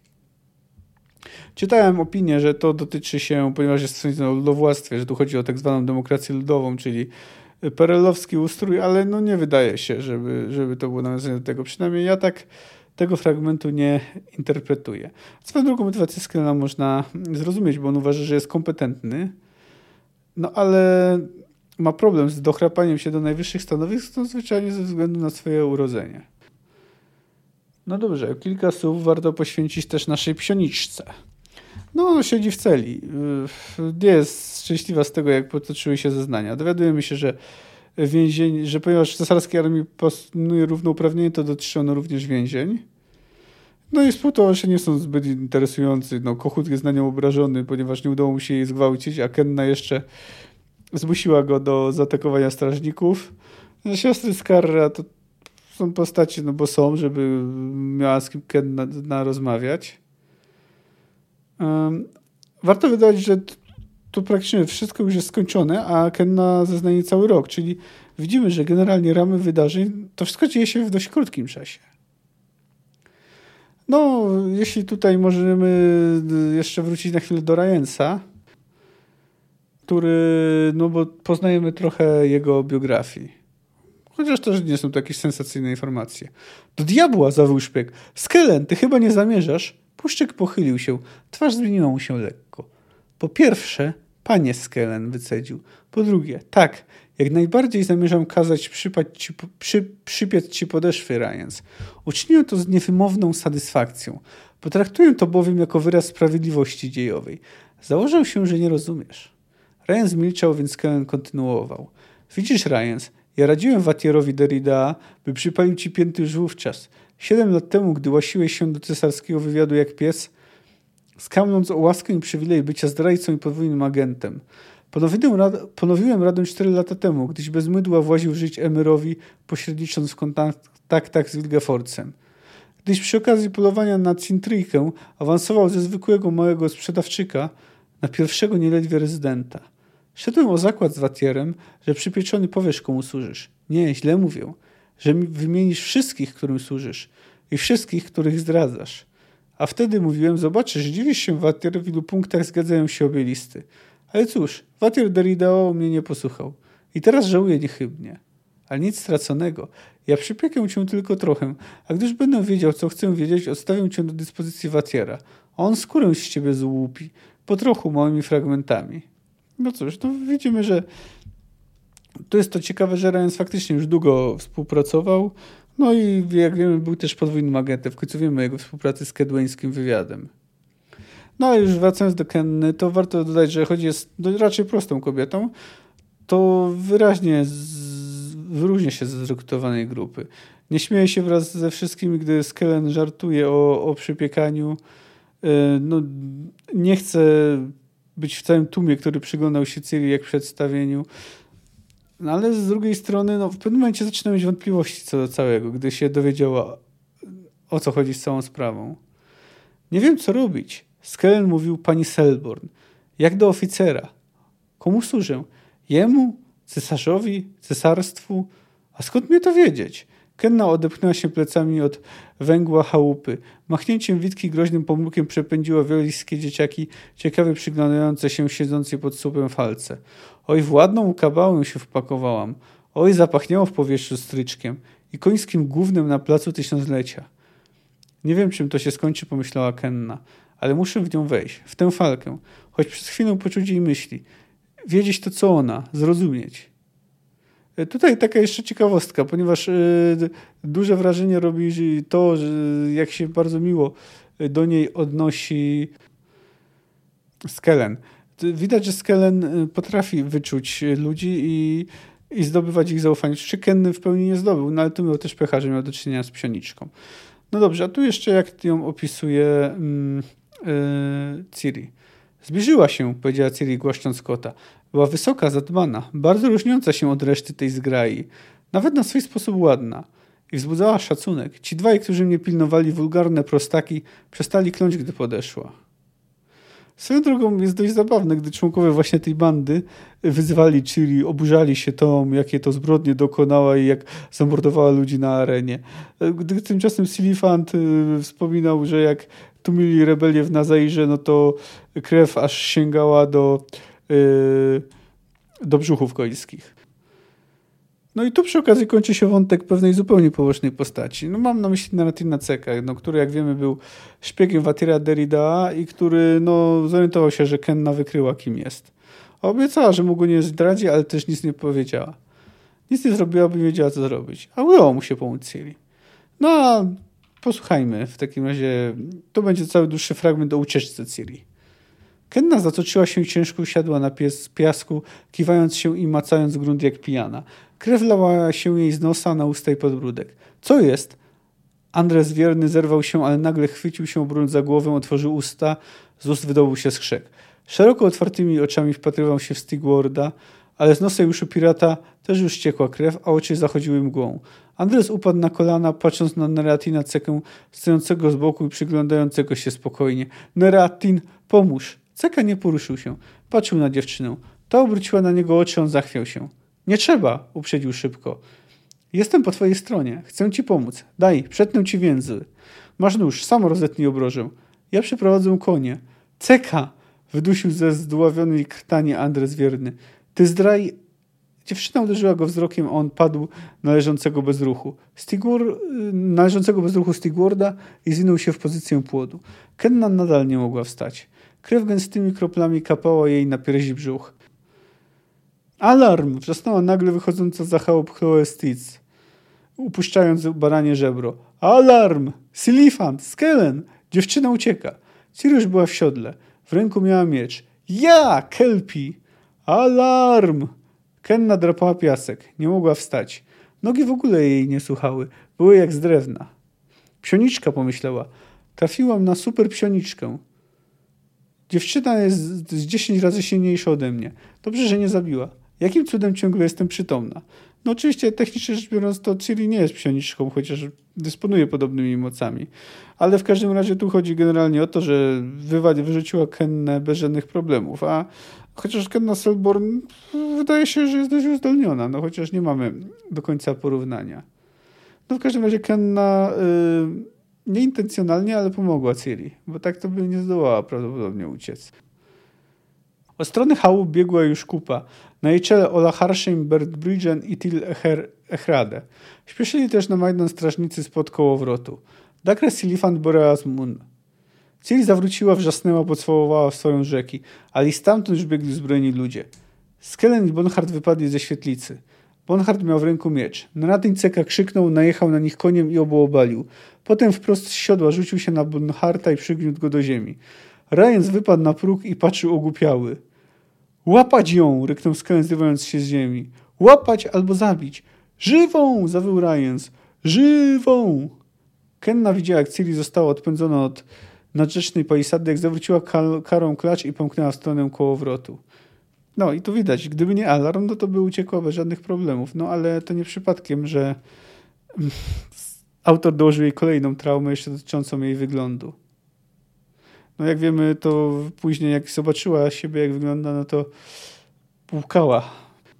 Czytałem opinię, że to dotyczy się, ponieważ jest coś o ludowładztwie, że tu chodzi o tak zwaną demokrację ludową, czyli perelowski ustrój, ale no nie wydaje się, żeby, żeby to było nawiązanie do tego. Przynajmniej ja tak tego fragmentu nie interpretuję. Swoją drugą motywację Skellena można zrozumieć, bo on uważa, że jest kompetentny, no ale ma problem z dochrapaniem się do najwyższych stanowisk, to zwyczajnie ze względu na swoje urodzenie. No dobrze, kilka słów warto poświęcić też naszej psioniczce. No, ona siedzi w celi. Nie jest szczęśliwa z tego, jak potoczyły się zeznania. Dowiadujemy się, że więzień, że ponieważ w cesarskiej armii postuluje równouprawnienie, to dotyczy ono również więzień. No i współtowarzysze nie są zbyt interesujący. No, Kochut jest na nią obrażony, ponieważ nie udało mu się jej zgwałcić, a Kenna jeszcze zmusiła go do zaatakowania strażników. Siostry Skarra to są postacie, no bo są, żeby miała z kim Kenna na rozmawiać. Um, warto wydać, że tu praktycznie wszystko już jest skończone, a Kenna zeznaje cały rok, czyli widzimy, że generalnie ramy wydarzeń, to wszystko dzieje się w dość krótkim czasie. No, jeśli tutaj możemy jeszcze wrócić na chwilę do Ryansa, który, no bo poznajemy trochę jego biografii. Chociaż też nie są to jakieś sensacyjne informacje. Do diabła, zawył szpieg. Skellen, ty chyba nie zamierzasz? Puszczyk pochylił się. Twarz zmieniła mu się lekko. Po pierwsze, panie Skellen, wycedził. Po drugie, tak, jak najbardziej zamierzam kazać przypać ci, przy, przypiec ci podeszwy, Ryans. Uczyniłem to z niewymowną satysfakcją. Potraktuję to bowiem jako wyraz sprawiedliwości dziejowej. Założę się, że nie rozumiesz. Ryan zmilczał, więc Skellen kontynuował. Widzisz, Ryan, ja radziłem Watierowi Derrida, by przypalił ci pięty już wówczas. Siedem lat temu, gdy łasiłeś się do cesarskiego wywiadu jak pies, skamląc o łaskę i przywilej bycia zdrajcą i podwójnym agentem. Ponowiłem, rad- ponowiłem radę cztery lata temu, gdyś bez mydła właził żyć Emerowi, pośrednicząc w kontaktach z Wilgefortzem. Gdyś przy okazji polowania na Cintryjkę awansował ze zwykłego małego sprzedawczyka na pierwszego nieledwie rezydenta. Szedłem o zakład z Watierem, że przypieczony powiesz, komu służysz. Nie, źle mówię, że wymienisz wszystkich, którym służysz i wszystkich, których zdradzasz. A wtedy mówiłem, zobaczysz, dziwisz się, Watier, w ilu punktach zgadzają się obie listy. Ale cóż, Watier Derrida mnie nie posłuchał. I teraz żałuję niechybnie. Ale nic straconego. Ja przypiekę cię tylko trochę, a gdyż będę wiedział, co chcę wiedzieć, odstawię cię do dyspozycji Watiera. A on skórę z ciebie złupi, po trochu małymi fragmentami. No cóż, no widzimy, że to jest to ciekawe, że Ryan faktycznie już długo współpracował. No i jak wiemy, był też podwójnym agentem. W końcu wiemy o jego współpracy z kedweńskim wywiadem. No ale już wracając do Kenny, to warto dodać, że choć jest raczej prostą kobietą, to wyraźnie z, wyróżnia się ze zrekrutowanej grupy. Nie śmieje się wraz ze wszystkimi, gdy Skellen żartuje o, o przypiekaniu. No, nie chce być w całym tłumie, który przyglądał się Ciri jak przedstawieniu. No ale z drugiej strony no, w pewnym momencie zaczyna mieć wątpliwości co do całego, gdy się dowiedziała, o co chodzi z całą sprawą. Nie wiem, co robić. Skellen mówił pani Selborn. Jak do oficera. Komu służę? Jemu? Cesarzowi? Cesarstwu? A skąd mnie to wiedzieć? Kenna odepchnęła się plecami od węgła chałupy. Machnięciem witki groźnym pomrukiem przepędziła wiejskie dzieciaki, ciekawie przyglądające się siedzącej pod słupem falce. Oj, w ładną kabałę się wpakowałam. Oj, zapachniało w powietrzu stryczkiem i końskim gównem na placu tysiąclecia. Nie wiem, czym to się skończy, pomyślała Kenna, ale muszę w nią wejść, w tę falkę, choć przez chwilę poczuć jej myśli. Wiedzieć to, co ona, zrozumieć. Tutaj taka jeszcze ciekawostka, ponieważ y, duże wrażenie robi to, że jak się bardzo miło do niej odnosi Skellen. Widać, że Skellen potrafi wyczuć ludzi i, i zdobywać ich zaufanie. Czy Kenny w pełni nie zdobył, no ale tu miał też pecha, że miał do czynienia z psioniczką. No dobrze, a tu jeszcze jak ją opisuje yy, yy, Ciri. Zbliżyła się, powiedziała Ciri głaszcząc kota. Była wysoka, zadbana, bardzo różniąca się od reszty tej zgrai. Nawet na swój sposób ładna. I wzbudzała szacunek. Ci dwaj, którzy mnie pilnowali, wulgarne prostaki, przestali kląć, gdy podeszła. Swoją drogą jest dość zabawne, gdy członkowie właśnie tej bandy wyzywali Ciri, oburzali się tą, jakie to zbrodnie dokonała i jak zamordowała ludzi na arenie. Gdy tymczasem Silifant wspominał, że jak tłumili rebelię w Nazairze, no to krew aż sięgała do, yy, do brzuchów końskich. No i tu przy okazji kończy się wątek pewnej zupełnie pobocznej postaci. No mam na myśli Neratina Ceka, no, który jak wiemy był szpiegiem Watiera Derrida i który no, zorientował się, że Kenna wykryła, kim jest. A obiecała, że mu go nie zdradzi, ale też nic nie powiedziała. Nic nie zrobiła, by wiedziała, co zrobić. A udało mu się pomóc Ciri. No a posłuchajmy w takim razie. To będzie cały dłuższy fragment o ucieczce Ciri. Kenna zatoczyła się ciężko, siadła na pies, piasku, kiwając się i macając grunt jak pijana. Krew lała się jej z nosa, na usta i podbródek. Co jest? Andres wierny zerwał się, ale nagle chwycił się brunt za głowę, otworzył usta, z ust wydobył się skrzek. Szeroko otwartymi oczami wpatrywał się w Stigwarda, ale z nosa uszu pirata też już ciekła krew, a oczy zachodziły mgłą. Andres upadł na kolana, patrząc na Neratina Cekę, stojącego z boku i przyglądającego się spokojnie. Neratin, pomóż! Ceka nie poruszył się. Patrzył na dziewczynę. Ta obróciła na niego oczy, on zachwiał się. Nie trzeba, uprzedził szybko. Jestem po twojej stronie. Chcę ci pomóc. Daj, przetnę ci więzy. Masz nóż, sam rozetnij obrożę. Ja przyprowadzę konie. Ceka! Wydusił ze zdławionej krtani Andres wierny. Ty zdraj... Dziewczyna uderzyła go wzrokiem, a on padł należącego bez ruchu. Stigwar... Należącego bez ruchu Stigwarda i zwinął się w pozycję płodu. Kenna nadal nie mogła wstać. Krew gęstymi kroplami kapała jej na piersi brzuch. Alarm! Wrzasnęła nagle wychodząca za chałup Chloe Stitz, upuszczając baranie żebro. Alarm! Silifant! Skellen! Dziewczyna ucieka. Ciri już była w siodle. W ręku miała miecz. Ja, Kelpi! Alarm! Kenna drapała piasek. Nie mogła wstać. Nogi w ogóle jej nie słuchały. Były jak z drewna. Psioniczka, pomyślała. Trafiłam na super psioniczkę. Dziewczyna jest z dziesięć razy silniejsza ode mnie. Dobrze, że nie zabiła. Jakim cudem ciągle jestem przytomna? No oczywiście, technicznie rzecz biorąc, to Ciri nie jest psioniczką, chociaż dysponuje podobnymi mocami. Ale w każdym razie tu chodzi generalnie o to, że wywali, wyrzuciła Kennę bez żadnych problemów. A chociaż Kenna Selborn wydaje się, że jest dość uzdolniona, no chociaż nie mamy do końca porównania. No w każdym razie Kenna yy, nieintencjonalnie, ale pomogła Ciri, bo tak to by nie zdołała prawdopodobnie uciec. Od strony chałup biegła już kupa. Na jej czele Ola Harsheim, Bert Bridgen i Til Echrade. Śpieszyli też na Majdan strażnicy spod kołowrotu. Dagres Silifant Boreas Mun. Ciri zawróciła, wrzasnęła, pocałowała w swoją rzeki, ale i stamtąd już biegli zbrojeni ludzie. Skellen i Bonhart wypadli ze świetlicy. Bonhart miał w ręku miecz. Naratin Ceka krzyknął, najechał na nich koniem i obu obalił. Potem wprost z siodła rzucił się na Bonharta i przygniótł go do ziemi. Ryans wypadł na próg i patrzył ogłupiały. Łapać ją! Ryknął Skellen, zrywając się z ziemi. Łapać albo zabić! Żywą! Zawył Ryans. Żywą! Kenna widziała, jak Ciri została odpędzona od nadrzecznej palisady, jak zawróciła karą klacz i pomknęła w stronę kołowrotu. No i tu widać, gdyby nie alarm, no to by uciekła bez żadnych problemów. No ale to nie przypadkiem, że autor dołożył jej kolejną traumę jeszcze dotyczącą jej wyglądu. No jak wiemy, to później jak zobaczyła siebie, jak wygląda, no to płukała.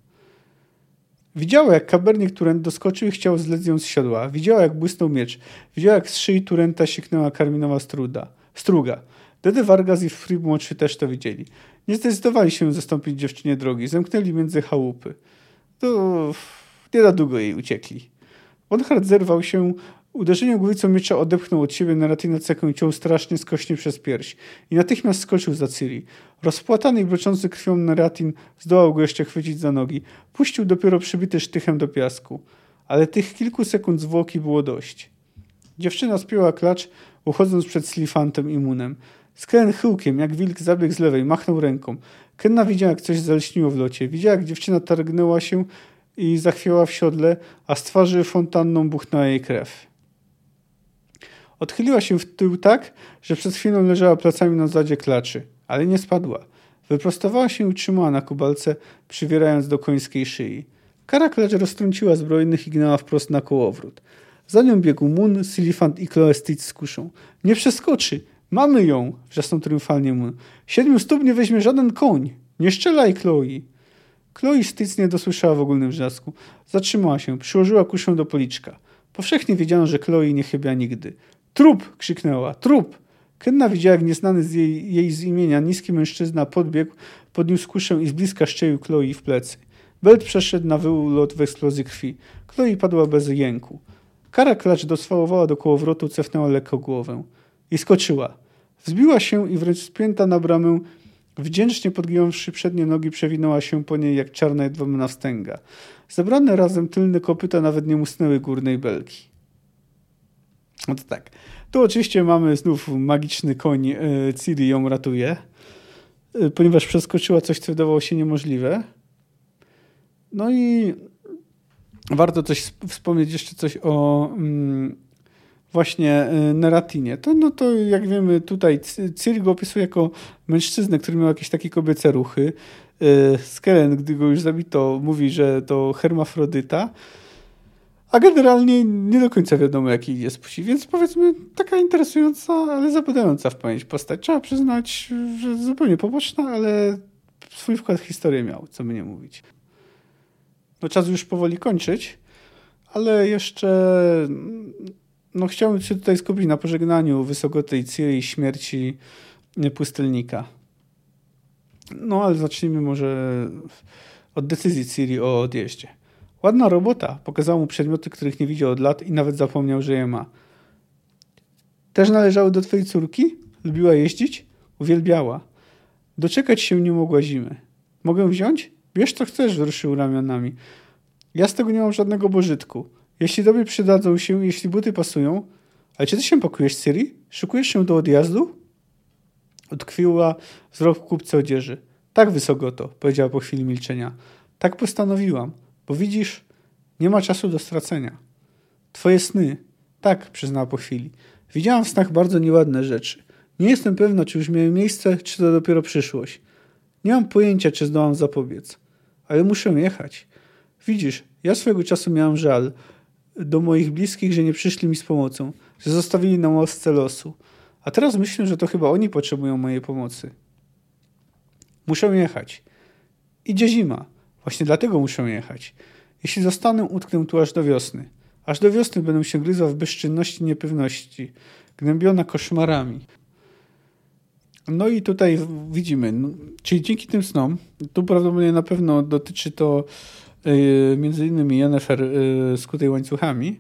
Widziała, jak kabernik Turent doskoczył i chciał zlec ją z siodła. Widziała, jak błysnął miecz. Widziała, jak z szyi Turenta sieknęła karminowa struda, struga. Dede Vargas i Free młodszy też to widzieli. Nie zdecydowali się zastąpić dziewczynie drogi. Zamknęli między chałupy. To nie na długo jej uciekli. Bonhart zerwał się. Uderzeniem głowicą miecza odepchnął od siebie Naratina Cekę i ciął strasznie skośnie przez pierś. I natychmiast skoczył za Ciri. Rozpłatany i broczący krwią Naratin zdołał go jeszcze chwycić za nogi. Puścił dopiero przybity sztychem do piasku. Ale tych kilku sekund zwłoki było dość. Dziewczyna spięła klacz, uchodząc przed Silifantem i Munem. Skellen chyłkiem, jak wilk, zabiegł z lewej, machnął ręką. Kenna widziała, jak coś zalśniło w locie. Widziała, jak dziewczyna targnęła się i zachwiała w siodle, a z twarzy fontanną buchnęła jej krew. Odchyliła się w tył tak, że przed chwilą leżała plecami na zadzie klaczy, ale nie spadła. Wyprostowała się i utrzymała na kubalce, przywierając do końskiej szyi. Kara klacz roztrąciła zbrojnych i gnała wprost na kołowrót. Za nią biegł Mun, Silifant i Chloe Stitch z kuszą. Nie przeskoczy! Mamy ją! Wrzasnął triumfalnie Mun. Siedmiu stóp nie weźmie żaden koń! Nie strzelaj, Chloe! Chloe Stitch nie dosłyszała w ogólnym wrzasku. Zatrzymała się, przyłożyła kuszę do policzka. Powszechnie wiedziano, że Chloe nie chybia nigdy. Trup! Krzyknęła. Trup! Kenna widziała, jak nieznany z jej, jej z imienia niski mężczyzna podbiegł, podniósł kuszę i z bliska szczelił Chloe w plecy. Belt przeszedł na wyłot w eksplozji krwi. Chloe padła bez jęku. Kara klacz doswałowała do kołowrotu, cefnęła lekko głowę. I skoczyła. Wzbiła się i wręcz spięta na bramę, wdzięcznie podgiąwszy przednie nogi, przewinęła się po niej jak czarna jedwabna wstęga. Zebrane razem tylne kopyta nawet nie musnęły górnej belki. No to tak. Tu oczywiście mamy znów magiczny koń. Ciri ją ratuje, ponieważ przeskoczyła coś, co wydawało się niemożliwe. No i warto coś wspomnieć jeszcze coś o mm, właśnie Naratinie. To, no to jak wiemy tutaj Ciri go opisuje jako mężczyznę, który miał jakieś takie kobiece ruchy. Skellen, gdy go już zabito, mówi, że to hermafrodyta. A generalnie nie do końca wiadomo, jaki jest płci, więc powiedzmy taka interesująca, ale zapadająca w pamięć postać. Trzeba przyznać, że zupełnie poboczna, ale swój wkład w historię miał, co by nie mówić. No czas już powoli kończyć, ale jeszcze no chciałbym się tutaj skupić na pożegnaniu wysokotej Ciri i śmierci pustelnika. No ale zacznijmy może od decyzji Ciri o odjeździe. Ładna robota. Pokazał mu przedmioty, których nie widział od lat i nawet zapomniał, że je ma. Też należały do twojej córki? Lubiła jeździć? Uwielbiała. Doczekać się nie mogła zimy. Mogę wziąć? Bierz co chcesz, wzruszył ramionami. Ja z tego nie mam żadnego pożytku. Jeśli tobie przydadzą się, jeśli buty pasują, Ale czy ty się pakujesz, Ciri? Szykujesz się do odjazdu? Utkwiła wzrok w kupce odzieży. Tak, Wysogoto, powiedziała po chwili milczenia. Tak postanowiłam, bo widzisz, nie ma czasu do stracenia. Twoje sny. Tak, przyznała po chwili. Widziałam w snach bardzo nieładne rzeczy. Nie jestem pewna, czy już miały miejsce, czy to dopiero przyszłość. Nie mam pojęcia, czy zdołam zapobiec. Ale muszę jechać. Widzisz, ja swego czasu miałam żal do moich bliskich, że nie przyszli mi z pomocą, że zostawili na łasce losu. A teraz myślę, że to chyba oni potrzebują mojej pomocy. Muszę jechać. Idzie zima. Właśnie dlatego muszę jechać. Jeśli zostanę, utknę tu aż do wiosny. Aż do wiosny będę się gryzła w bezczynności i niepewności, gnębiona koszmarami. No i tutaj widzimy, no, czyli dzięki tym snom, tu prawdopodobnie na pewno dotyczy to yy, między innymi Yennefer yy, skutej łańcuchami,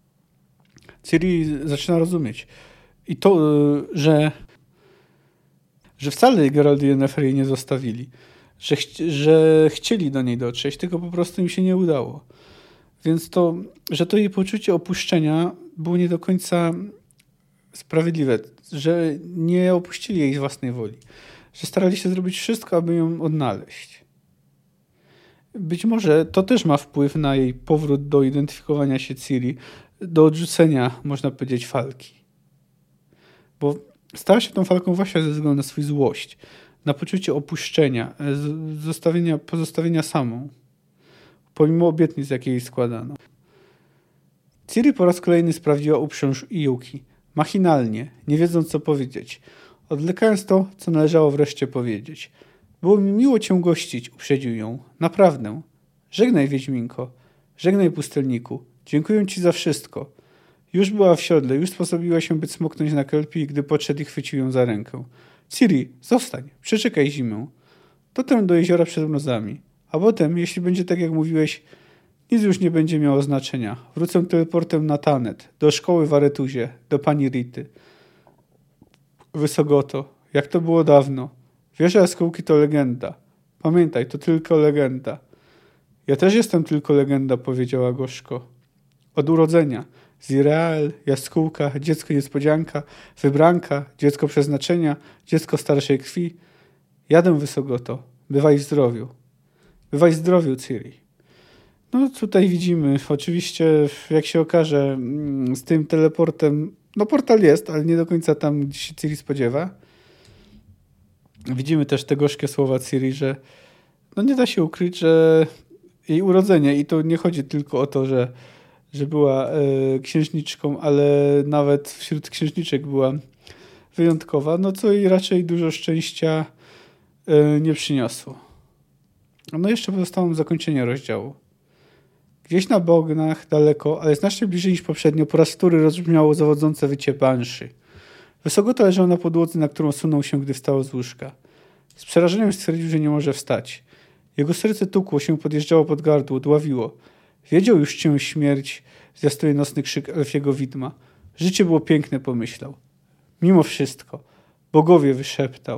Ciri zaczyna rozumieć. I to, yy, że, że wcale Geralt i Yennefer jej nie zostawili, że, ch- że chcieli do niej dotrzeć, tylko po prostu im się nie udało. Więc to, że to jej poczucie opuszczenia było nie do końca sprawiedliwe, że nie opuścili jej z własnej woli, że starali się zrobić wszystko, aby ją odnaleźć. Być może to też ma wpływ na jej powrót do identyfikowania się Ciri, do odrzucenia, można powiedzieć, falki. Bo stała się tą falką właśnie ze względu na swою złość, na poczucie opuszczenia, zostawienia, pozostawienia samą, pomimo obietnic, jakie jej składano. Ciri po raz kolejny sprawdziła uprząż i Yuki. Machinalnie, nie wiedząc co powiedzieć. Odwlekając to, co należało wreszcie powiedzieć. Było mi miło cię gościć, uprzedził ją. Naprawdę. Żegnaj, Wiedźminko. Żegnaj, pustelniku. Dziękuję ci za wszystko. Już była w siodle, już sposobiła się, by smoknąć na kelpii, gdy podszedł i chwycił ją za rękę. Ciri, zostań, przeczekaj zimę. Dotrę do jeziora przed mrozami. A potem, jeśli będzie tak, jak mówiłeś, nic już nie będzie miało znaczenia. Wrócę teleportem na Tanet, do szkoły w Aretuzie, do pani Rity. Wysogoto, jak to było dawno. Wieża jaskółki to legenda. Pamiętaj, to tylko legenda. Ja też jestem tylko legenda, powiedziała gorzko. Od urodzenia. Zirael, jaskółka, dziecko niespodzianka, wybranka, dziecko przeznaczenia, dziecko starszej krwi. Jadę, Wysogoto. Bywaj w zdrowiu. Bywaj w zdrowiu, Ciri. No tutaj widzimy, oczywiście jak się okaże z tym teleportem, no portal jest, ale nie do końca tam, gdzie się Ciri spodziewa. Widzimy też te gorzkie słowa Ciri, że no nie da się ukryć, że jej urodzenie, i to nie chodzi tylko o to, że, że była e, księżniczką, ale nawet wśród księżniczek była wyjątkowa, no co jej raczej dużo szczęścia e, nie przyniosło. No jeszcze pozostało zakończenie rozdziału. Gdzieś na bognach, daleko, ale znacznie bliżej niż poprzednio, po raz wtóry rozbrzmiało zawodzące wycie banszy. Wysogota leżał na podłodze, na którą sunął się, gdy wstał z łóżka. Z przerażeniem stwierdził, że nie może wstać. Jego serce tukło się, podjeżdżało pod gardło, dławiło. Wiedział już cię śmierć, zwiastuje nocny krzyk elfiego widma. Życie było piękne, pomyślał. Mimo wszystko. Bogowie, wyszeptał.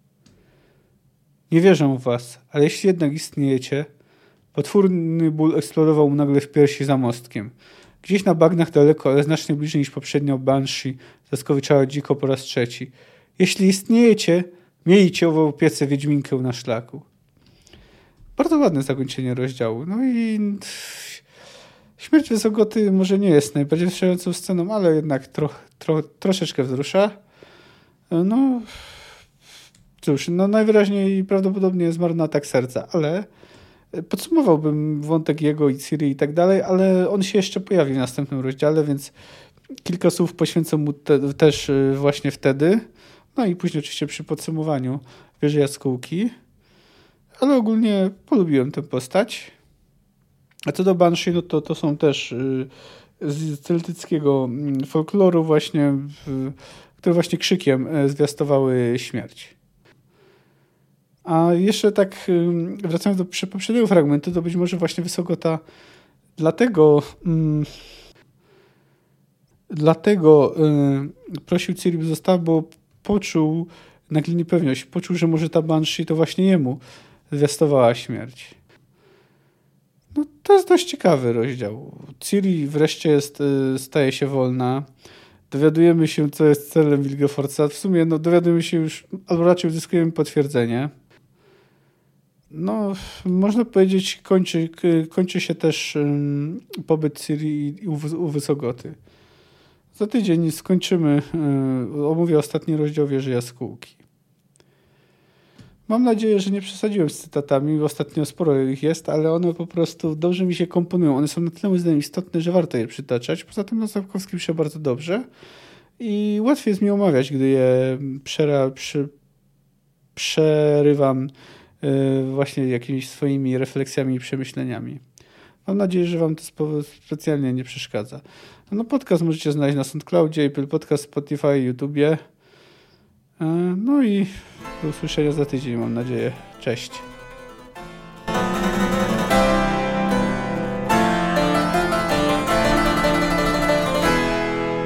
Nie wierzę w was, ale jeśli jednak istniejecie... Potwórny ból eksplodował mu nagle w piersi za mostkiem. Gdzieś na bagnach daleko, ale znacznie bliżej niż poprzednio Banshee, zaskowiczała dziko po raz trzeci. Jeśli istniejecie, miejcie ową piecę Wiedźminkę na szlaku. Bardzo ładne zakończenie rozdziału. No i śmierć Wysogoty może nie jest najbardziej wstrząsającą sceną, ale jednak tro, tro, troszeczkę wzrusza. No cóż, no najwyraźniej prawdopodobnie zmarł na atak serca, ale podsumowałbym wątek jego i Ciri i tak dalej, ale on się jeszcze pojawi w następnym rozdziale, więc kilka słów poświęcę mu te, też właśnie wtedy. No i później oczywiście przy podsumowaniu Wieży Jaskółki. Ale ogólnie polubiłem tę postać. A co do Banshee, no to, to są też z celtyckiego folkloru właśnie, które właśnie krzykiem zwiastowały śmierć. A jeszcze tak wracając do poprzedniego fragmentu, to być może właśnie Wysogota dlatego mm, dlatego y, prosił Ciri, by została, bo poczuł nagle niepewność. Poczuł, że może ta Banshee to właśnie jemu zwiastowała śmierć. No to jest dość ciekawy rozdział. Ciri wreszcie jest, y, staje się wolna. dowiadujemy się, co jest celem Wilgefortza. W sumie no, dowiadujemy się już, albo raczej uzyskujemy potwierdzenie. No, można powiedzieć, kończy, kończy się też um, pobyt Ciri u, u Wysogoty. Za tydzień skończymy, um, omówię ostatni rozdział Wieży Jaskółki. Mam nadzieję, że nie przesadziłem z cytatami, bo ostatnio sporo ich jest, ale one po prostu dobrze mi się komponują. One są na tyle moim zdaniem istotne, że warto je przytaczać. Poza tym no, Sapkowski pisze bardzo dobrze i łatwiej jest mi omawiać, gdy je przera, przy, przerywam yy, właśnie jakimiś swoimi refleksjami i przemyśleniami. Mam nadzieję, że wam to spo, specjalnie nie przeszkadza. No, podcast możecie znaleźć na SoundCloudzie, Apple Podcast, Spotify, YouTubie. No i do usłyszenia za tydzień, mam nadzieję. Cześć.